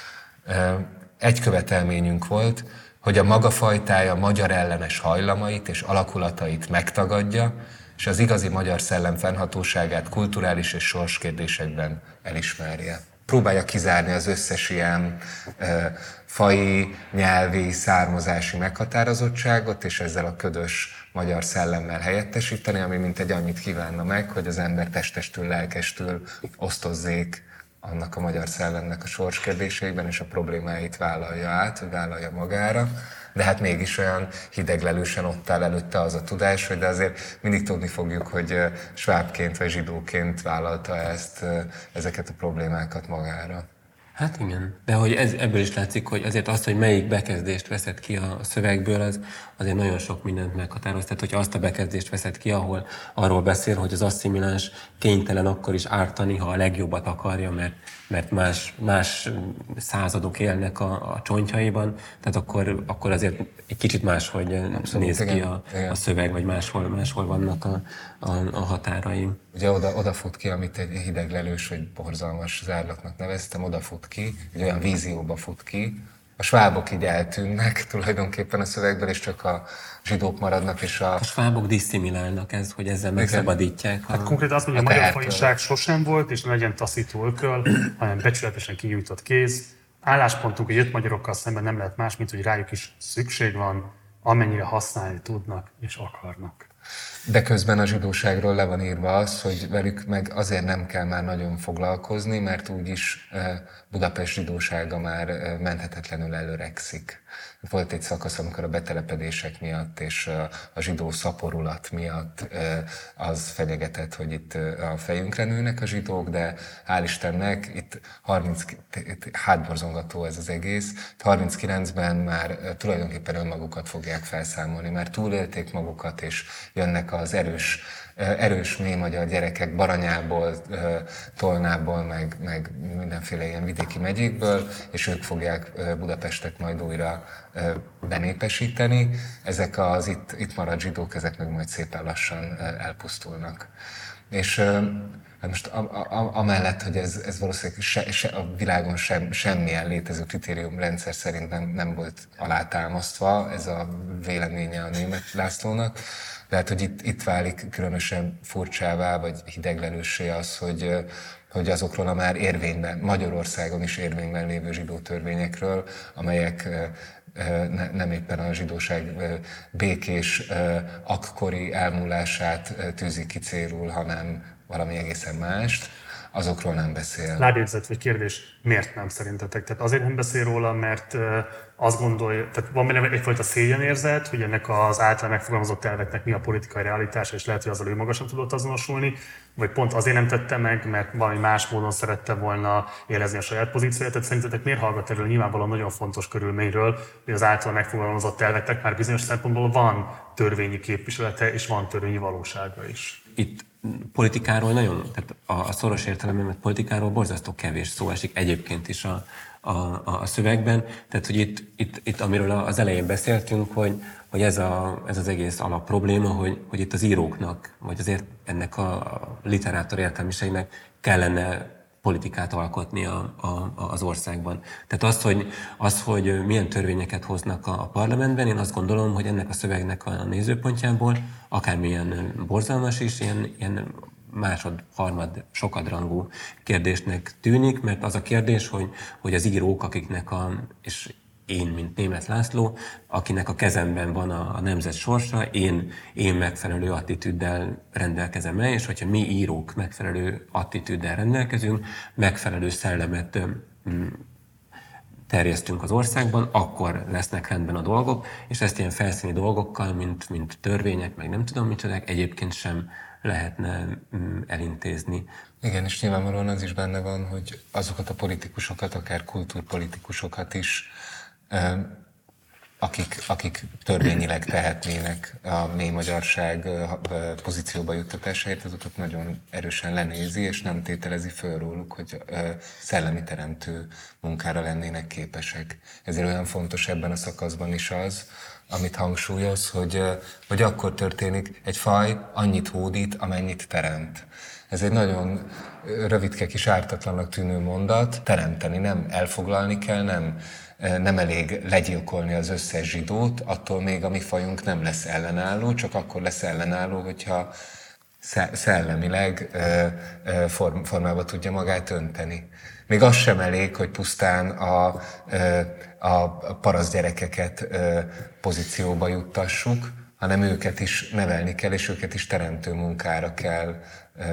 Egy követelményünk volt, hogy a maga fajtája magyar ellenes hajlamait és alakulatait megtagadja, és az igazi magyar szellem fennhatóságát kulturális és sorskérdésekben elismerje. Próbálja kizárni az összes ilyen e, faji, nyelvi, származási meghatározottságot, és ezzel a ködös magyar szellemmel helyettesíteni, ami mint egy annyit kívánna meg, hogy az ember testestől, lelkestől osztozzék annak a magyar szellemnek a sorskérdéseiben, és a problémáit vállalja át, vagy vállalja magára. De hát mégis olyan hideglelősen ott áll előtte az a tudás, hogy de azért mindig tudni fogjuk, hogy svábként vagy zsidóként vállalta ezt, ezeket a problémákat magára. Hát igen, de hogy ez, ebből is látszik, hogy azért az, hogy melyik bekezdést veszed ki a szövegből, az azért nagyon sok mindent meghatároz. Tehát, hogyha azt a bekezdést veszed ki, ahol arról beszél, hogy az asszimiláns kénytelen akkor is ártani, ha a legjobbat akarja, mert, mert más, más századok élnek a, a csontjaiban, tehát akkor, akkor azért egy kicsit máshogy Abszolút, néz igen, ki a, a szöveg, vagy máshol, máshol vannak a, a, a határai. Ugye oda, oda fut ki, amit egy hideglelős, vagy borzalmas zárlatnak neveztem, oda fut ki, egy olyan vízióba fut ki. A svábok így eltűnnek tulajdonképpen a szövegből, és csak a zsidók maradnak, és a... A svábok diszimilálnak ez, hogy ezzel megszabadítják. Hát a... konkrétan azt mondja, a magyar fajiság sosem volt, és ne legyen taszító ököl, hanem becsületesen kinyújtott kéz. Álláspontunk a jött magyarokkal szemben nem lehet más, mint hogy rájuk is szükség van, amennyire használni tudnak és akarnak. De közben a zsidóságról le van írva az, hogy velük meg azért nem kell már nagyon foglalkozni, mert úgyis Budapest zsidósága már menthetetlenül előrekszik. Volt egy szakasz, amikor a betelepedések miatt és a zsidó szaporulat miatt az fenyegetett, hogy itt a fejünkre nőnek a zsidók, de hál' Istennek itt, harminc, itt hátborzongató ez az egész. harminckilencben már tulajdonképpen önmagukat fogják felszámolni, mert túlélték magukat, és jönnek az erős erős mély magyar gyerekek Baranyából, Tolnából, meg, meg mindenféle ilyen vidéki megyékből, és ők fogják Budapestet majd újra benépesíteni. Ezek az itt, itt maradt zsidók, ezek meg majd szépen lassan elpusztulnak. És hát most a, a, amellett, hogy ez, ez valószínűleg se, se, a világon sem, semmilyen létező kritériumrendszer szerint nem, nem volt alátámasztva, ez a véleménye a Németh Lászlónak. Tehát, hogy itt, itt válik különösen furcsává, vagy hideglelőssé az, hogy, hogy azokról a már érvényben, Magyarországon is érvényben lévő zsidó törvényekről, amelyek ne, nem éppen a zsidóság békés, akkori elmúlását tűzik ki célul, hanem valami egészen mást, azokról nem beszél. Lábjegyzet vagy kérdés, miért nem szerintetek? Tehát azért nem beszél róla, mert azt gondolja, tehát van benne egyfajta szégyenérzet, hogy ennek az által megfogalmazott elveknek mi a politikai realitása, és lehet, hogy azzal ő maga sem tudott azonosulni, vagy pont azért nem tette meg, mert valami más módon szerette volna élezni a saját pozícióját. Tehát szerintetek miért hallgat erről nyilvánvalóan nagyon fontos körülményről, hogy az által megfogalmazott elveknek már bizonyos szempontból van törvényi képviselete, és van törvényi valósága is? Itt politikáról nagyon, tehát a, a szoros értelemben, mert politikáról borzasztó kevés szó esik egyébként is a, a, a szövegben. Tehát, hogy itt, itt, itt amiről az elején beszéltünk, hogy, hogy ez, a, ez az egész alap probléma, hogy, hogy itt az íróknak, vagy azért ennek a literátor értelmiségnek kellene politikát alkotni a, a, az országban. Tehát az hogy, az, hogy milyen törvényeket hoznak a, a parlamentben, én azt gondolom, hogy ennek a szövegnek a nézőpontjából akármilyen borzalmas is, ilyen, ilyen másod, harmad, sokadrangú kérdésnek tűnik, mert az a kérdés, hogy, hogy az írók, akiknek a, és én, mint Németh László, akinek a kezemben van a, a nemzet sorsa, én, én megfelelő attitűddel rendelkezem el, és hogyha mi írók megfelelő attitűddel rendelkezünk, megfelelő szellemet mm, terjesztünk az országban, akkor lesznek rendben a dolgok, és ezt ilyen felszíni dolgokkal, mint, mint törvények, meg nem tudom micsodák, egyébként sem lehetne mm, elintézni. Igen, és nyilvánvalóan az is benne van, hogy azokat a politikusokat, akár kultúrpolitikusokat is, akik, akik törvényileg tehetnének a mély magyarság pozícióba juttatásáért, azokat nagyon erősen lenézi, és nem tételezi föl róluk, hogy szellemi teremtő munkára lennének képesek. Ezért olyan fontos ebben a szakaszban is az, amit hangsúlyoz, hogy, hogy akkor történik, egy faj annyit hódít, amennyit teremt. Ez egy nagyon rövidke kis ártatlannak tűnő mondat, teremteni, nem elfoglalni kell, nem, nem elég legyilkolni az összes zsidót, attól még a mi fajunk nem lesz ellenálló, csak akkor lesz ellenálló, hogyha szellemileg form, formába tudja magát önteni. Még az sem elég, hogy pusztán a, a paraszt gyerekeket pozícióba juttassuk, hanem őket is nevelni kell, és őket is teremtő munkára kell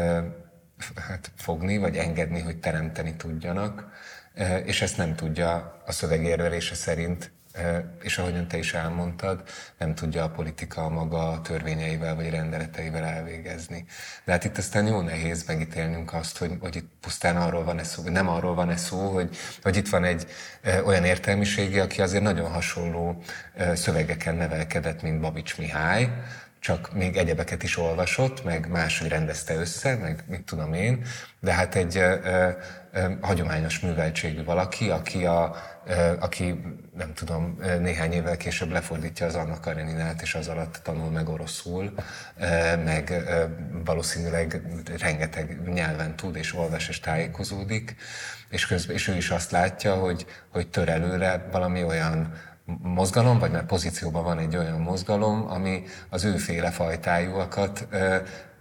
hát, fogni, vagy engedni, hogy teremteni tudjanak. És ezt nem tudja a szöveg érvelése szerint, és ahogyan te is elmondtad, nem tudja a politika maga törvényeivel vagy rendeleteivel elvégezni. De hát itt aztán jó nehéz megítélnünk azt, hogy, hogy itt pusztán arról van-e szó, vagy nem arról van-e szó, hogy, hogy itt van egy ö, olyan értelmiségi, aki azért nagyon hasonló ö, szövegeken nevelkedett, mint Babics Mihály, csak még egyebeket is olvasott, meg máshogy rendezte össze, meg mit tudom én, de hát egy ö, ö, hagyományos műveltségű valaki, aki, a, ö, aki nem tudom, néhány évvel később lefordítja az Anna Kareninát, és az alatt tanul meg oroszul, ö, meg ö, valószínűleg rengeteg nyelven tud, és olvas, és tájékozódik, és, közben, és ő is azt látja, hogy, hogy tör előre valami olyan mozgalom, vagy már pozícióban van egy olyan mozgalom, ami az őféle fajtájúakat ö,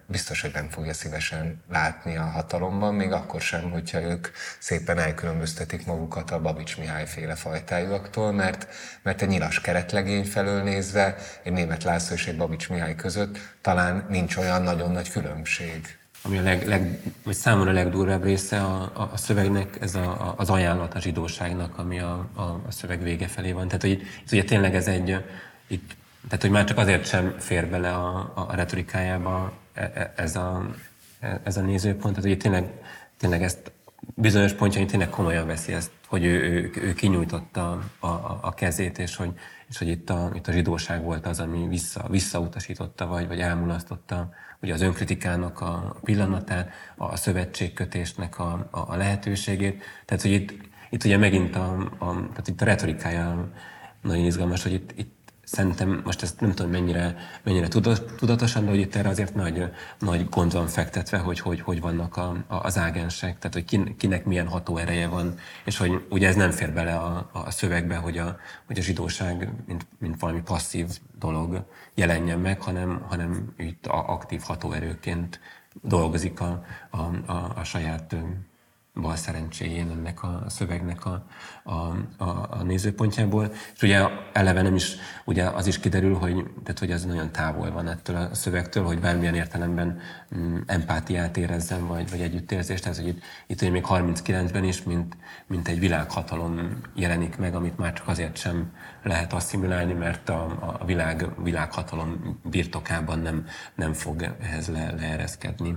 biztos, hogy nem fogja szívesen látni a hatalomban, még akkor sem, hogyha ők szépen elkülönböztetik magukat a Babics Mihály féle fajtájuaktól, mert, mert egy nyilas keretlegény felől nézve, egy Németh László és egy Babics Mihály között talán nincs olyan nagyon nagy különbség. Ami a leg, leg, vagy számomra a legdurvább része a, a, a szövegnek, ez a, a, az ajánlat a zsidóságnak, ami a, a, a szöveg vége felé van. Tehát, hogy itt, ugye tényleg ez egy, itt, tehát, hogy már csak azért sem fér bele a, a retorikájába ez a, ez a nézőpont, tehát, hogy tényleg, tényleg ezt bizonyos pontjain tényleg komolyan veszi ezt, hogy ő, ő, ő kinyújtotta a, a, a kezét, és hogy, és hogy itt, a, itt a zsidóság volt az, ami vissza, visszautasította, vagy, vagy elmulasztotta ugye az önkritikának a pillanatát, a szövetségkötésnek a, a, a lehetőségét. Tehát, hogy itt, itt ugye megint a, a, tehát itt a retorikája nagyon izgalmas, hogy itt, itt szerintem, most ezt nem tudom mennyire, mennyire tudatosan, de hogy itt erre azért nagy, nagy gond van fektetve, hogy hogy, hogy vannak a, a, az ágensek, tehát hogy kin, kinek milyen hatóereje van, és hogy ugye ez nem fér bele a, a szövegbe, hogy a, hogy a zsidóság mint, mint valami passzív dolog jelenjen meg, hanem, hanem itt a aktív hatóerőként dolgozik a, a, a, a saját bal szerencséjén ennek a szövegnek a, a, a, a nézőpontjából. És ugye eleve nem is, ugye az is kiderül, hogy, tehát, hogy ez nagyon távol van ettől a szövegtől, hogy bármilyen értelemben mm, empátiát érezzen, vagy, vagy együttérzést. Tehát, hogy itt, itt ugye még harminckilencben is, mint, mint egy világhatalom jelenik meg, amit már csak azért sem lehet asszimilálni, mert a, a világ, világhatalom birtokában nem, nem fog ehhez le, leereszkedni.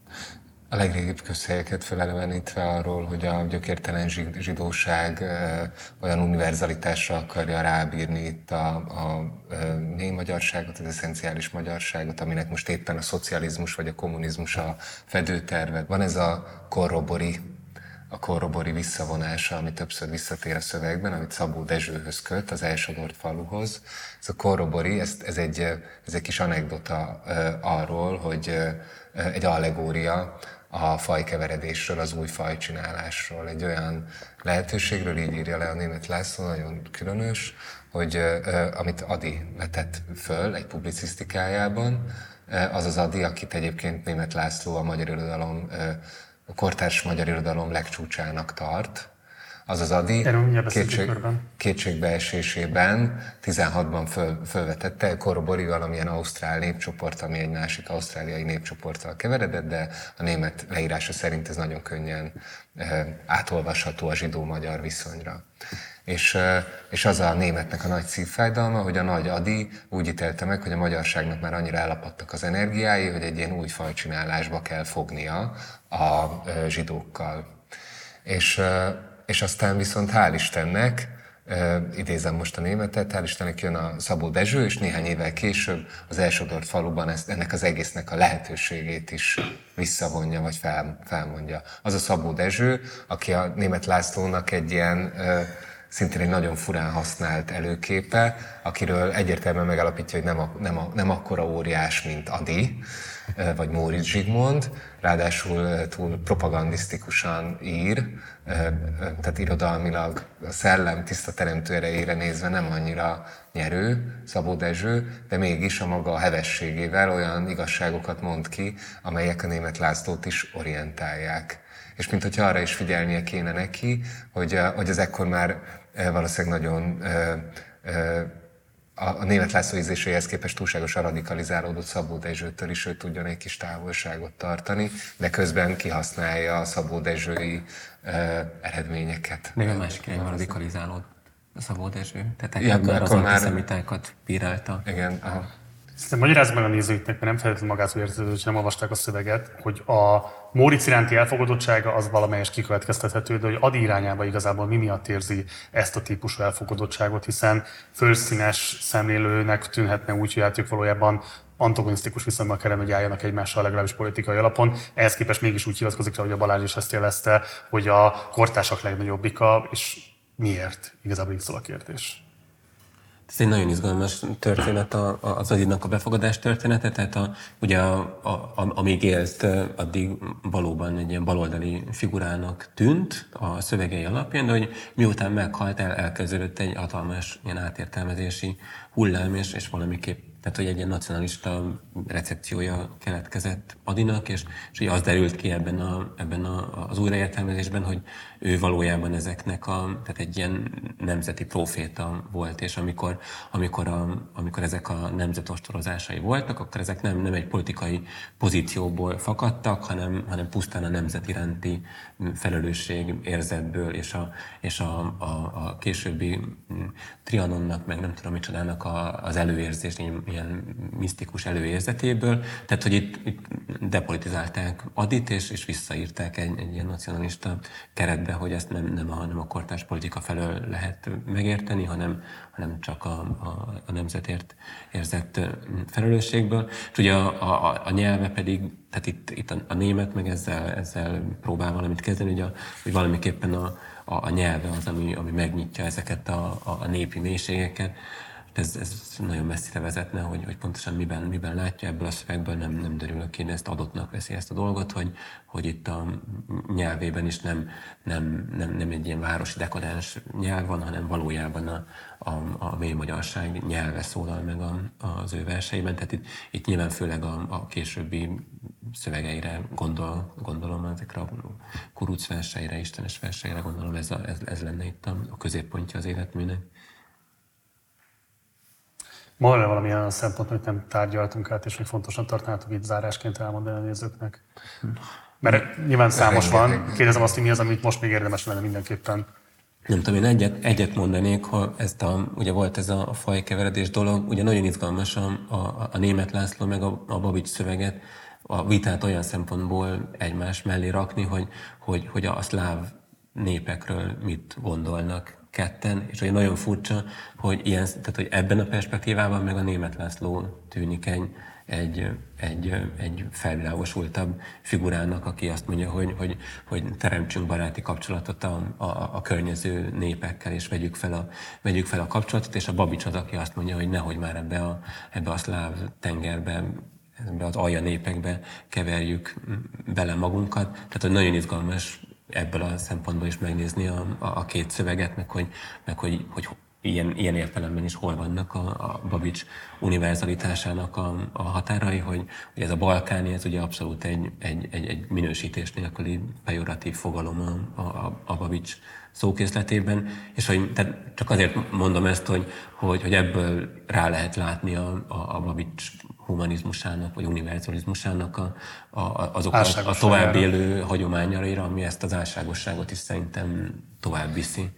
A legrégibb közhelyeket felelevenítve arról, hogy a gyökértelen zsidóság olyan univerzalitásra akarja rábírni itt a, a mély magyarságot, az eszenciális magyarságot, aminek most éppen a szocializmus vagy a kommunizmus a fedőterve. Van ez a korrobori, a korrobori visszavonása, ami többször visszatér a szövegben, amit Szabó Dezsőhöz köt, az elsodort faluhoz. Ez a korrobori, ez, ez, egy, ez egy kis anekdota arról, hogy egy allegória a fajkeveredésről, az új fajcsinálásról. Egy olyan lehetőségről, így írja le a Németh László, nagyon különös, hogy amit Ady vetett föl egy publicisztikájában, az az Ady, akit egyébként Németh László a magyar irodalom, a kortárs magyar irodalom legcsúcsának tart. Az az Ady kétség, kétségbeesésében tizenhatban föl, fölvetette, korrobori valamilyen ausztrál népcsoport, ami egy másik ausztráliai népcsoporttal keveredett, de a német leírása szerint ez nagyon könnyen e, átolvasható a zsidó-magyar viszonyra. És, e, és az a németnek a nagy szívfájdalma, hogy a nagy Ady úgy ítélte meg, hogy a magyarságnak már annyira elapadtak az energiái, hogy egy ilyen új fajcsinálásba kell fognia a e, zsidókkal. És És aztán viszont hál' Istennek, uh, idézem most a németet, hál' Istennek jön a Szabó Dezső, és néhány évvel később az elsodort faluban ezt, ennek az egésznek a lehetőségét is visszavonja, vagy fel, felmondja. Az a Szabó Dezső, aki a Németh Lászlónak egy ilyen uh, szintén egy nagyon furán használt előképe, akiről egyértelműen megállapítja, hogy nem, a, nem, a, nem akkora óriás, mint Ady, vagy Móricz Zsigmond, ráadásul túl propagandisztikusan ír, tehát irodalmilag a szellem tiszta teremtő erejére nézve nem annyira nyerő Szabó Dezső, de mégis a maga hevességével olyan igazságokat mond ki, amelyek a Németh Lászlót is orientálják. És minthogyha arra is figyelnie kéne neki, hogy, hogy az ekkor már valószínűleg nagyon a Németh László ízléséhez képest túlságosan radikalizálódott Szabó Dezsőtől is ő tudjon egy kis távolságot tartani, de közben kihasználja a Szabó Dezsői uh, eredményeket. Még a másik irányban radikalizálódott a Szabó Dezső. Tehát ja, már az antiszemitákat bírálta. Igen. Aha. Szerintem magyarázd meg a nézőknek, mert nem feltétlenül magától értetődő, hogy nem olvasták a szöveget, hogy a Móricz iránti elfogadottsága az valamelyes kikövetkeztethető, de hogy Ady irányába igazából mi miatt érzi ezt a típusú elfogadottságot, hiszen fölszínes szemlélőnek tűnhetne úgy, hogy hát ők valójában antagonisztikus viszonyban kellene, hogy álljanak egymással legalábbis politikai alapon. Ehhez képest mégis úgy hivatkozik rá, hogy a Balázs is ezt jelezte, hogy a kortársak legnagyobbika, és miért? Igazából így szól a kérdés. Ez egy nagyon izgalmas történet az Adynak a befogadás története, tehát a, ugye a, a, a, amíg élt, addig valóban egy ilyen baloldali figurának tűnt a szövegei alapján, de hogy miután meghalt, el, elkezdődött egy hatalmas ilyen átértelmezési hullám, és, és valamiképp tehát hogy egy ilyen nacionalista recepciója keletkezett Adinak, és, és ugye az derült ki ebben, a, ebben a, az újraértelmezésben, hogy ő valójában ezeknek a, tehát egy ilyen nemzeti proféta volt, és amikor, amikor, a, amikor ezek a nemzetostorozásai voltak, akkor ezek nem, nem egy politikai pozícióból fakadtak, hanem, hanem pusztán a nemzet iránti felelősség érzetből, és a, és a, a, a későbbi Trianonnak, meg nem tudom micsodának a, az előérzés, ilyen misztikus előérzetéből, tehát hogy itt, itt depolitizálták Adit, és, és visszaírták egy, egy ilyen nacionalista keretbe, hogy ezt nem, nem, a, nem a kortárs politika felől lehet megérteni, hanem, hanem csak a, a, a nemzetért érzett felelősségből. És ugye a, a, a nyelve pedig, tehát itt, itt a, a német meg ezzel, ezzel próbál valamit kezdeni, hogy, a, hogy valamiképpen a, a, a nyelve az, ami, ami megnyitja ezeket a, a, a népi mélységeket. Ez, ez nagyon messzire vezetne, hogy, hogy pontosan miben, miben látja ebből a szövegből, nem, nem derülök ki, de ezt adottnak veszi ezt a dolgot, hogy, hogy itt a nyelvében is nem, nem, nem, nem egy ilyen városi dekadens nyelv van, hanem valójában a, a, a mély magyarság nyelve szólal meg a, az ő verseiben. Tehát itt, itt nyilván főleg a, a későbbi szövegeire gondol, gondolom, ezekre a kuruc verseire, istenes verseire gondolom, ez, a, ez, ez lenne itt a, a középpontja az életműnek. Van-e valamilyen szempont, amit nem tárgyaltunk át, és még fontosan tartanátok itt zárásként elmondani a nézőknek? Mert nyilván számos van. Kérdezem azt, hogy mi az, amit most még érdemes lenne mindenképpen. Nem tudom, én egyet, egyet mondanék, ha ezt a, ugye volt ez a, a fajkeveredés dolog, ugye nagyon izgalmas a, a, a Németh László meg a, a Babics szöveget, a vitát olyan szempontból egymás mellé rakni, hogy, hogy, hogy a szláv népekről mit gondolnak ketten, és ugye nagyon furcsa, hogy, ilyen, tehát, hogy ebben a perspektívában meg a Németh László tűnik egy, egy, egy, egy felvilágosultabb figurának, aki azt mondja, hogy, hogy, hogy teremtsünk baráti kapcsolatot a, a, a környező népekkel, és vegyük fel, a, vegyük fel a kapcsolatot, és a Babics az, aki azt mondja, hogy nehogy már ebbe a, ebbe a szláv tengerbe, ebbe az alja népekbe keverjük bele magunkat. Tehát, hogy nagyon izgalmas ebből a szempontból is megnézni a, a, a két szöveget, meg hogy, meg hogy, hogy ilyen, ilyen értelemben is hol vannak a, a Babics univerzalitásának a, a határai, hogy, hogy ez a balkáni, ez ugye abszolút egy, egy, egy, egy minősítés nélküli pejoratív fogalom a, a, a Babics szókészletében, és hogy tehát csak azért mondom ezt, hogy, hogy, hogy ebből rá lehet látni a, a, a Babics humanizmusának, vagy univerzalizmusának a, a, azok a, a tovább élő hagyományaira, ami ezt az álságosságot is szerintem tovább viszi.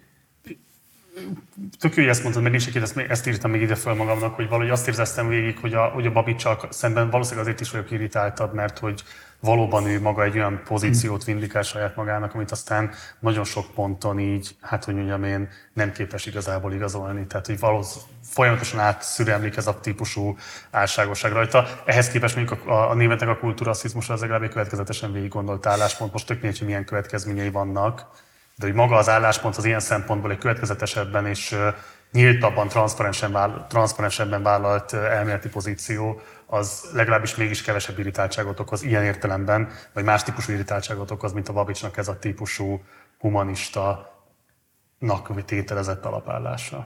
Tök jó, hogy ezt mondtad, mert én is ezt, ezt írtam még ide föl magamnak, hogy valahogy azt érzeztem végig, hogy a, hogy a Babicsak szemben valószínűleg azért is vagyok irritáltabb, mert hogy valóban ő maga egy olyan pozíciót vindikál saját magának, amit aztán nagyon sok ponton így, hát hogy mondjam én, nem képes igazából igazolni. Tehát, hogy valószínűleg folyamatosan átszüremlik ez a típusú álságosság rajta. Ehhez képest mondjuk a, a németnek a kultúrasszizmusra az legalább egy következetesen végig gondolt álláspont. Most tök mindegy, hogy milyen következményei vannak, de hogy maga az álláspont az ilyen szempontból egy következetesebben és nyíltabban, transzparensebben vállalt elméleti pozíció, az legalábbis mégis kevesebb irritáltságot okoz ilyen értelemben, vagy más típusú irritáltságot okoz, mint a Babicsnak ez a típusú humanista nak tételezett alapállása.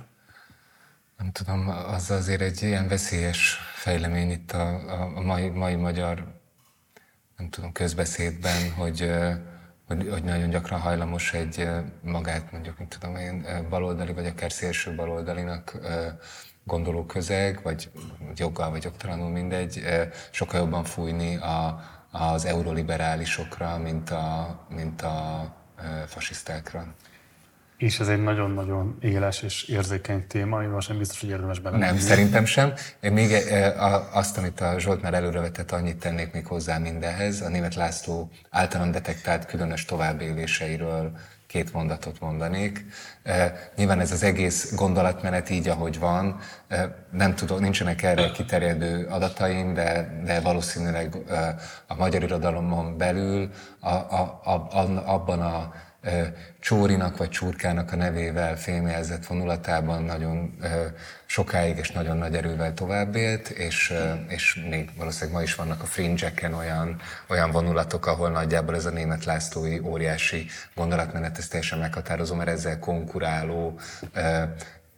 Nem tudom, az azért egy ilyen veszélyes fejlemény itt a, a mai, mai magyar, nem tudom, közbeszédben, hogy Hogy, hogy nagyon gyakran hajlamos egy magát, mondjuk, mint tudom én, baloldali, vagy akár szélső baloldalinak gondoló közeg, vagy joggal, vagy jogtalanul mindegy, sokkal jobban fújni a, az euroliberálisokra, mint a, mint a fasisztákra. És ez egy nagyon-nagyon éles és érzékeny téma, én most nem biztos, hogy érdemes bele. Nem, szerintem sem. Én még azt, amit a Zsolt már előrevetett, annyit tennék még hozzá mindenhez. A Németh László általán detektált különös továbbéléseiről két mondatot mondanék. Nyilván ez az egész gondolatmenet így, ahogy van, nem tudom, nincsenek erre kiterjedő adataim, de, de valószínűleg a magyar irodalomon belül a, a, a, abban a Csórinak vagy Csurkának a nevével fémjelzett vonulatában nagyon sokáig és nagyon nagy erővel továbbélt, és, és még valószínűleg ma is vannak a fringe-eken olyan, olyan vonulatok, ahol nagyjából ez a Németh Lászlói óriási gondolatmenet, ez teljesen meghatározó, mert ezzel konkuráló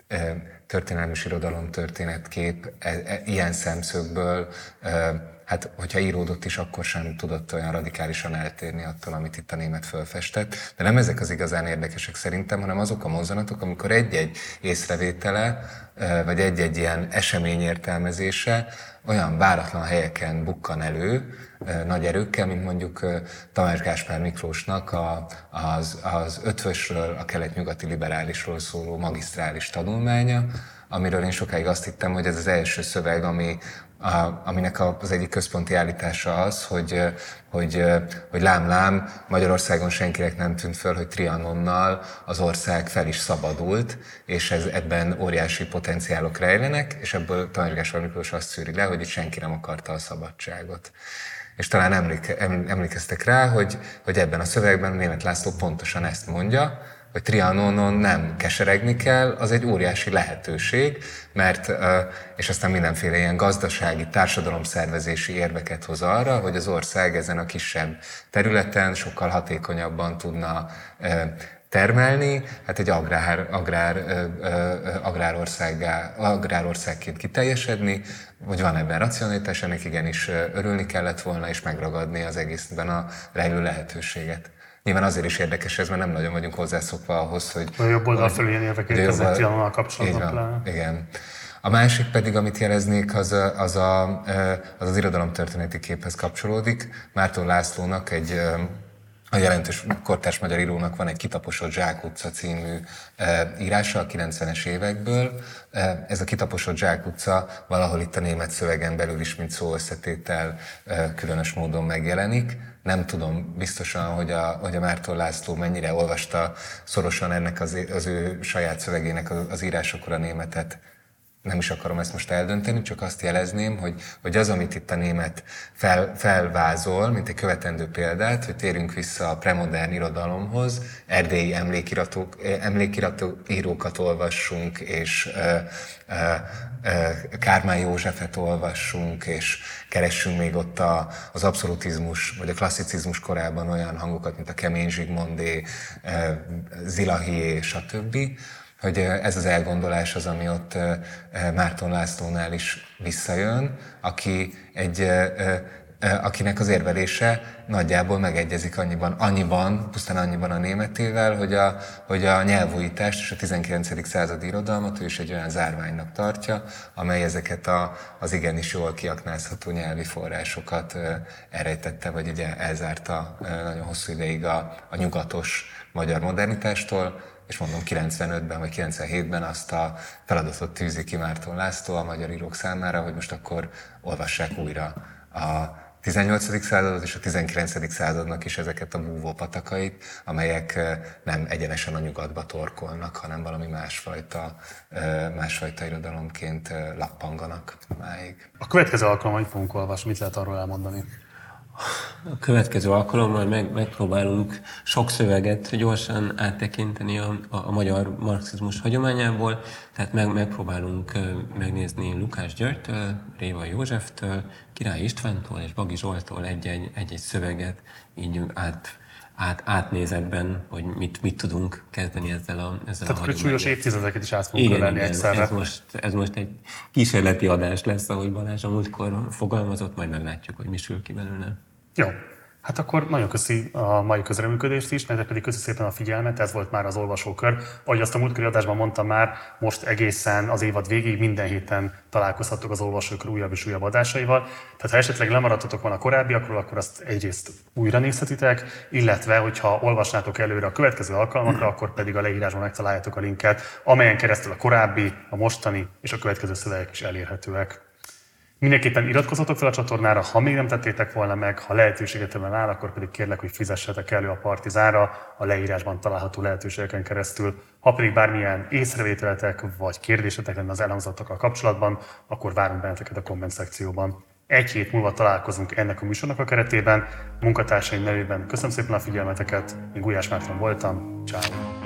történelmi irodalom, történetkép e, e, ilyen szemszögből, hát hogyha íródott is, akkor sem tudott olyan radikálisan eltérni attól, amit itt a német fölfestett. De nem ezek az igazán érdekesek szerintem, hanem azok a mozzanatok, amikor egy-egy észrevétele, vagy egy-egy ilyen esemény értelmezése olyan váratlan helyeken bukkan elő, nagy erőkkel, mint mondjuk Tamás Gáspár Miklósnak a, az, az ötvösről, a kelet-nyugati liberálisról szóló magisztrális tanulmánya, amiről én sokáig azt hittem, hogy ez az első szöveg, ami, a, aminek az egyik központi állítása az, hogy, hogy, hogy lám-lám, Magyarországon senkinek nem tűnt föl, hogy Trianonnal az ország fel is szabadult, és ez, ebben óriási potenciálok rejlenek, és ebből Tamás Gáspár Miklós azt szűri le, hogy itt senki nem akarta a szabadságot. És talán emléke, emlékeztek rá, hogy, hogy ebben a szövegben Németh László pontosan ezt mondja, hogy Trianonon nem keseregni kell, az egy óriási lehetőség, mert, és aztán mindenféle ilyen gazdasági, társadalomszervezési érveket hoz arra, hogy az ország ezen a kisebb területen sokkal hatékonyabban tudna termelni, hát egy agrár, agrár, agrárországgá, agrárországként kiteljesedni, hogy van ebben racionalitás, ennek igenis örülni kellett volna, és megragadni az egészben a rejlő lehetőséget. Nyilván azért is érdekes ez, mert nem nagyon vagyunk hozzászokva ahhoz, hogy... A jobb oldal fölé ilyen érvek érkezett Trianonnal kapcsolatban. Igen. A másik pedig, amit jeleznék, az a, az, a, az, az irodalomtörténeti képhez kapcsolódik. Márton Lászlónak egy... A jelentős kortárs magyar írónak van egy Kitaposott zsákutca című e, írása a kilencvenes évekből. E, ez a Kitaposott zsákutca valahol itt a német szövegen belül is, mint szóösszetétel e, különös módon megjelenik. Nem tudom biztosan, hogy a, hogy a Márton László mennyire olvasta szorosan ennek az, az ő saját szövegének az, az írásokor a németet. Nem is akarom ezt most eldönteni, csak azt jelezném, hogy, hogy az, amit itt a német fel, felvázol, mint egy követendő példát, hogy térjünk vissza a premodern irodalomhoz, erdélyi emlékiratok, emlékiratírókat olvassunk, és ö, ö, ö, Kármán Józsefet olvassunk, és keressünk még ott a, az abszolutizmus, vagy a klasszicizmus korában olyan hangokat, mint a Kemény Zsigmondé, Zilahié, stb., hogy ez az elgondolás az, ami ott Márton Lászlónál is visszajön, aki egy, akinek az érvelése nagyjából megegyezik annyiban, annyiban, pusztán annyiban a németével, hogy a, hogy a nyelvújítást és a tizenkilencedik századi irodalmat ő is egy olyan zárványnak tartja, amely ezeket a, az igenis jól kiaknázható nyelvi forrásokat elrejtette, vagy ugye elzárta nagyon hosszú ideig a, a nyugatos magyar modernitástól. És mondom, kilencvenötben vagy kilencvenhétben azt a feladatot tűzi ki Márton László a magyar írók számára, hogy most akkor olvassák újra a tizennyolcadik századot és a tizenkilencedik századnak is ezeket a búvó patakait, amelyek nem egyenesen a nyugatba torkolnak, hanem valami másfajta, másfajta irodalomként lappanganak máig. A következő alkalommal hogy fogunk olvasni, mit lehet arról elmondani? A következő alkalommal meg, megpróbálunk sok szöveget gyorsan áttekinteni a, a, a magyar marxizmus hagyományából, tehát meg, megpróbálunk megnézni Lukács Györgytől, Révai Józseftől, Király Istvántól és Bagi Zsolttól egy-egy, egy-egy szöveget így át, át, átnézetben, hogy mit, mit tudunk kezdeni ezzel a ezzel Tehát, a hogy súlyos évtizedeket is át fogunk ölelni egyszerre. Ez most, ez most egy kísérleti adás lesz, ahogy Balázs a múltkor fogalmazott, majd meglátjuk, hogy mi sül ki belőle. Jó. Hát akkor nagyon köszi a mai közreműködést is, nektek pedig köszi szépen a figyelmet, ez volt már az olvasókör. Ahogy azt a múltkori adásban mondtam már, most egészen az évad végéig minden héten találkozhattok az olvasókör újabb és újabb adásaival. Tehát ha esetleg lemaradtatok volna a korábbiakról, akkor azt egyrészt újra nézhetitek, illetve hogyha olvasnátok előre a következő alkalmakra, akkor pedig a leírásban megtaláljátok a linket, amelyen keresztül a korábbi, a mostani és a következő szövegek is elérhetőek. Mindenképpen iratkozzatok fel a csatornára, ha még nem tettétek volna meg, ha lehetőségetekben áll, akkor pedig kérlek, hogy fizessetek elő a Partizánra a leírásban található lehetőségeken keresztül. Ha pedig bármilyen észrevételetek vagy kérdésetek lenne az elhangzottakkal kapcsolatban, akkor várunk benneteket a komment szekcióban. Egy hét múlva találkozunk ennek a műsornak a keretében. Munkatársaim nevében köszönöm szépen a figyelmeteket, én Gulyás Márton voltam, ciao.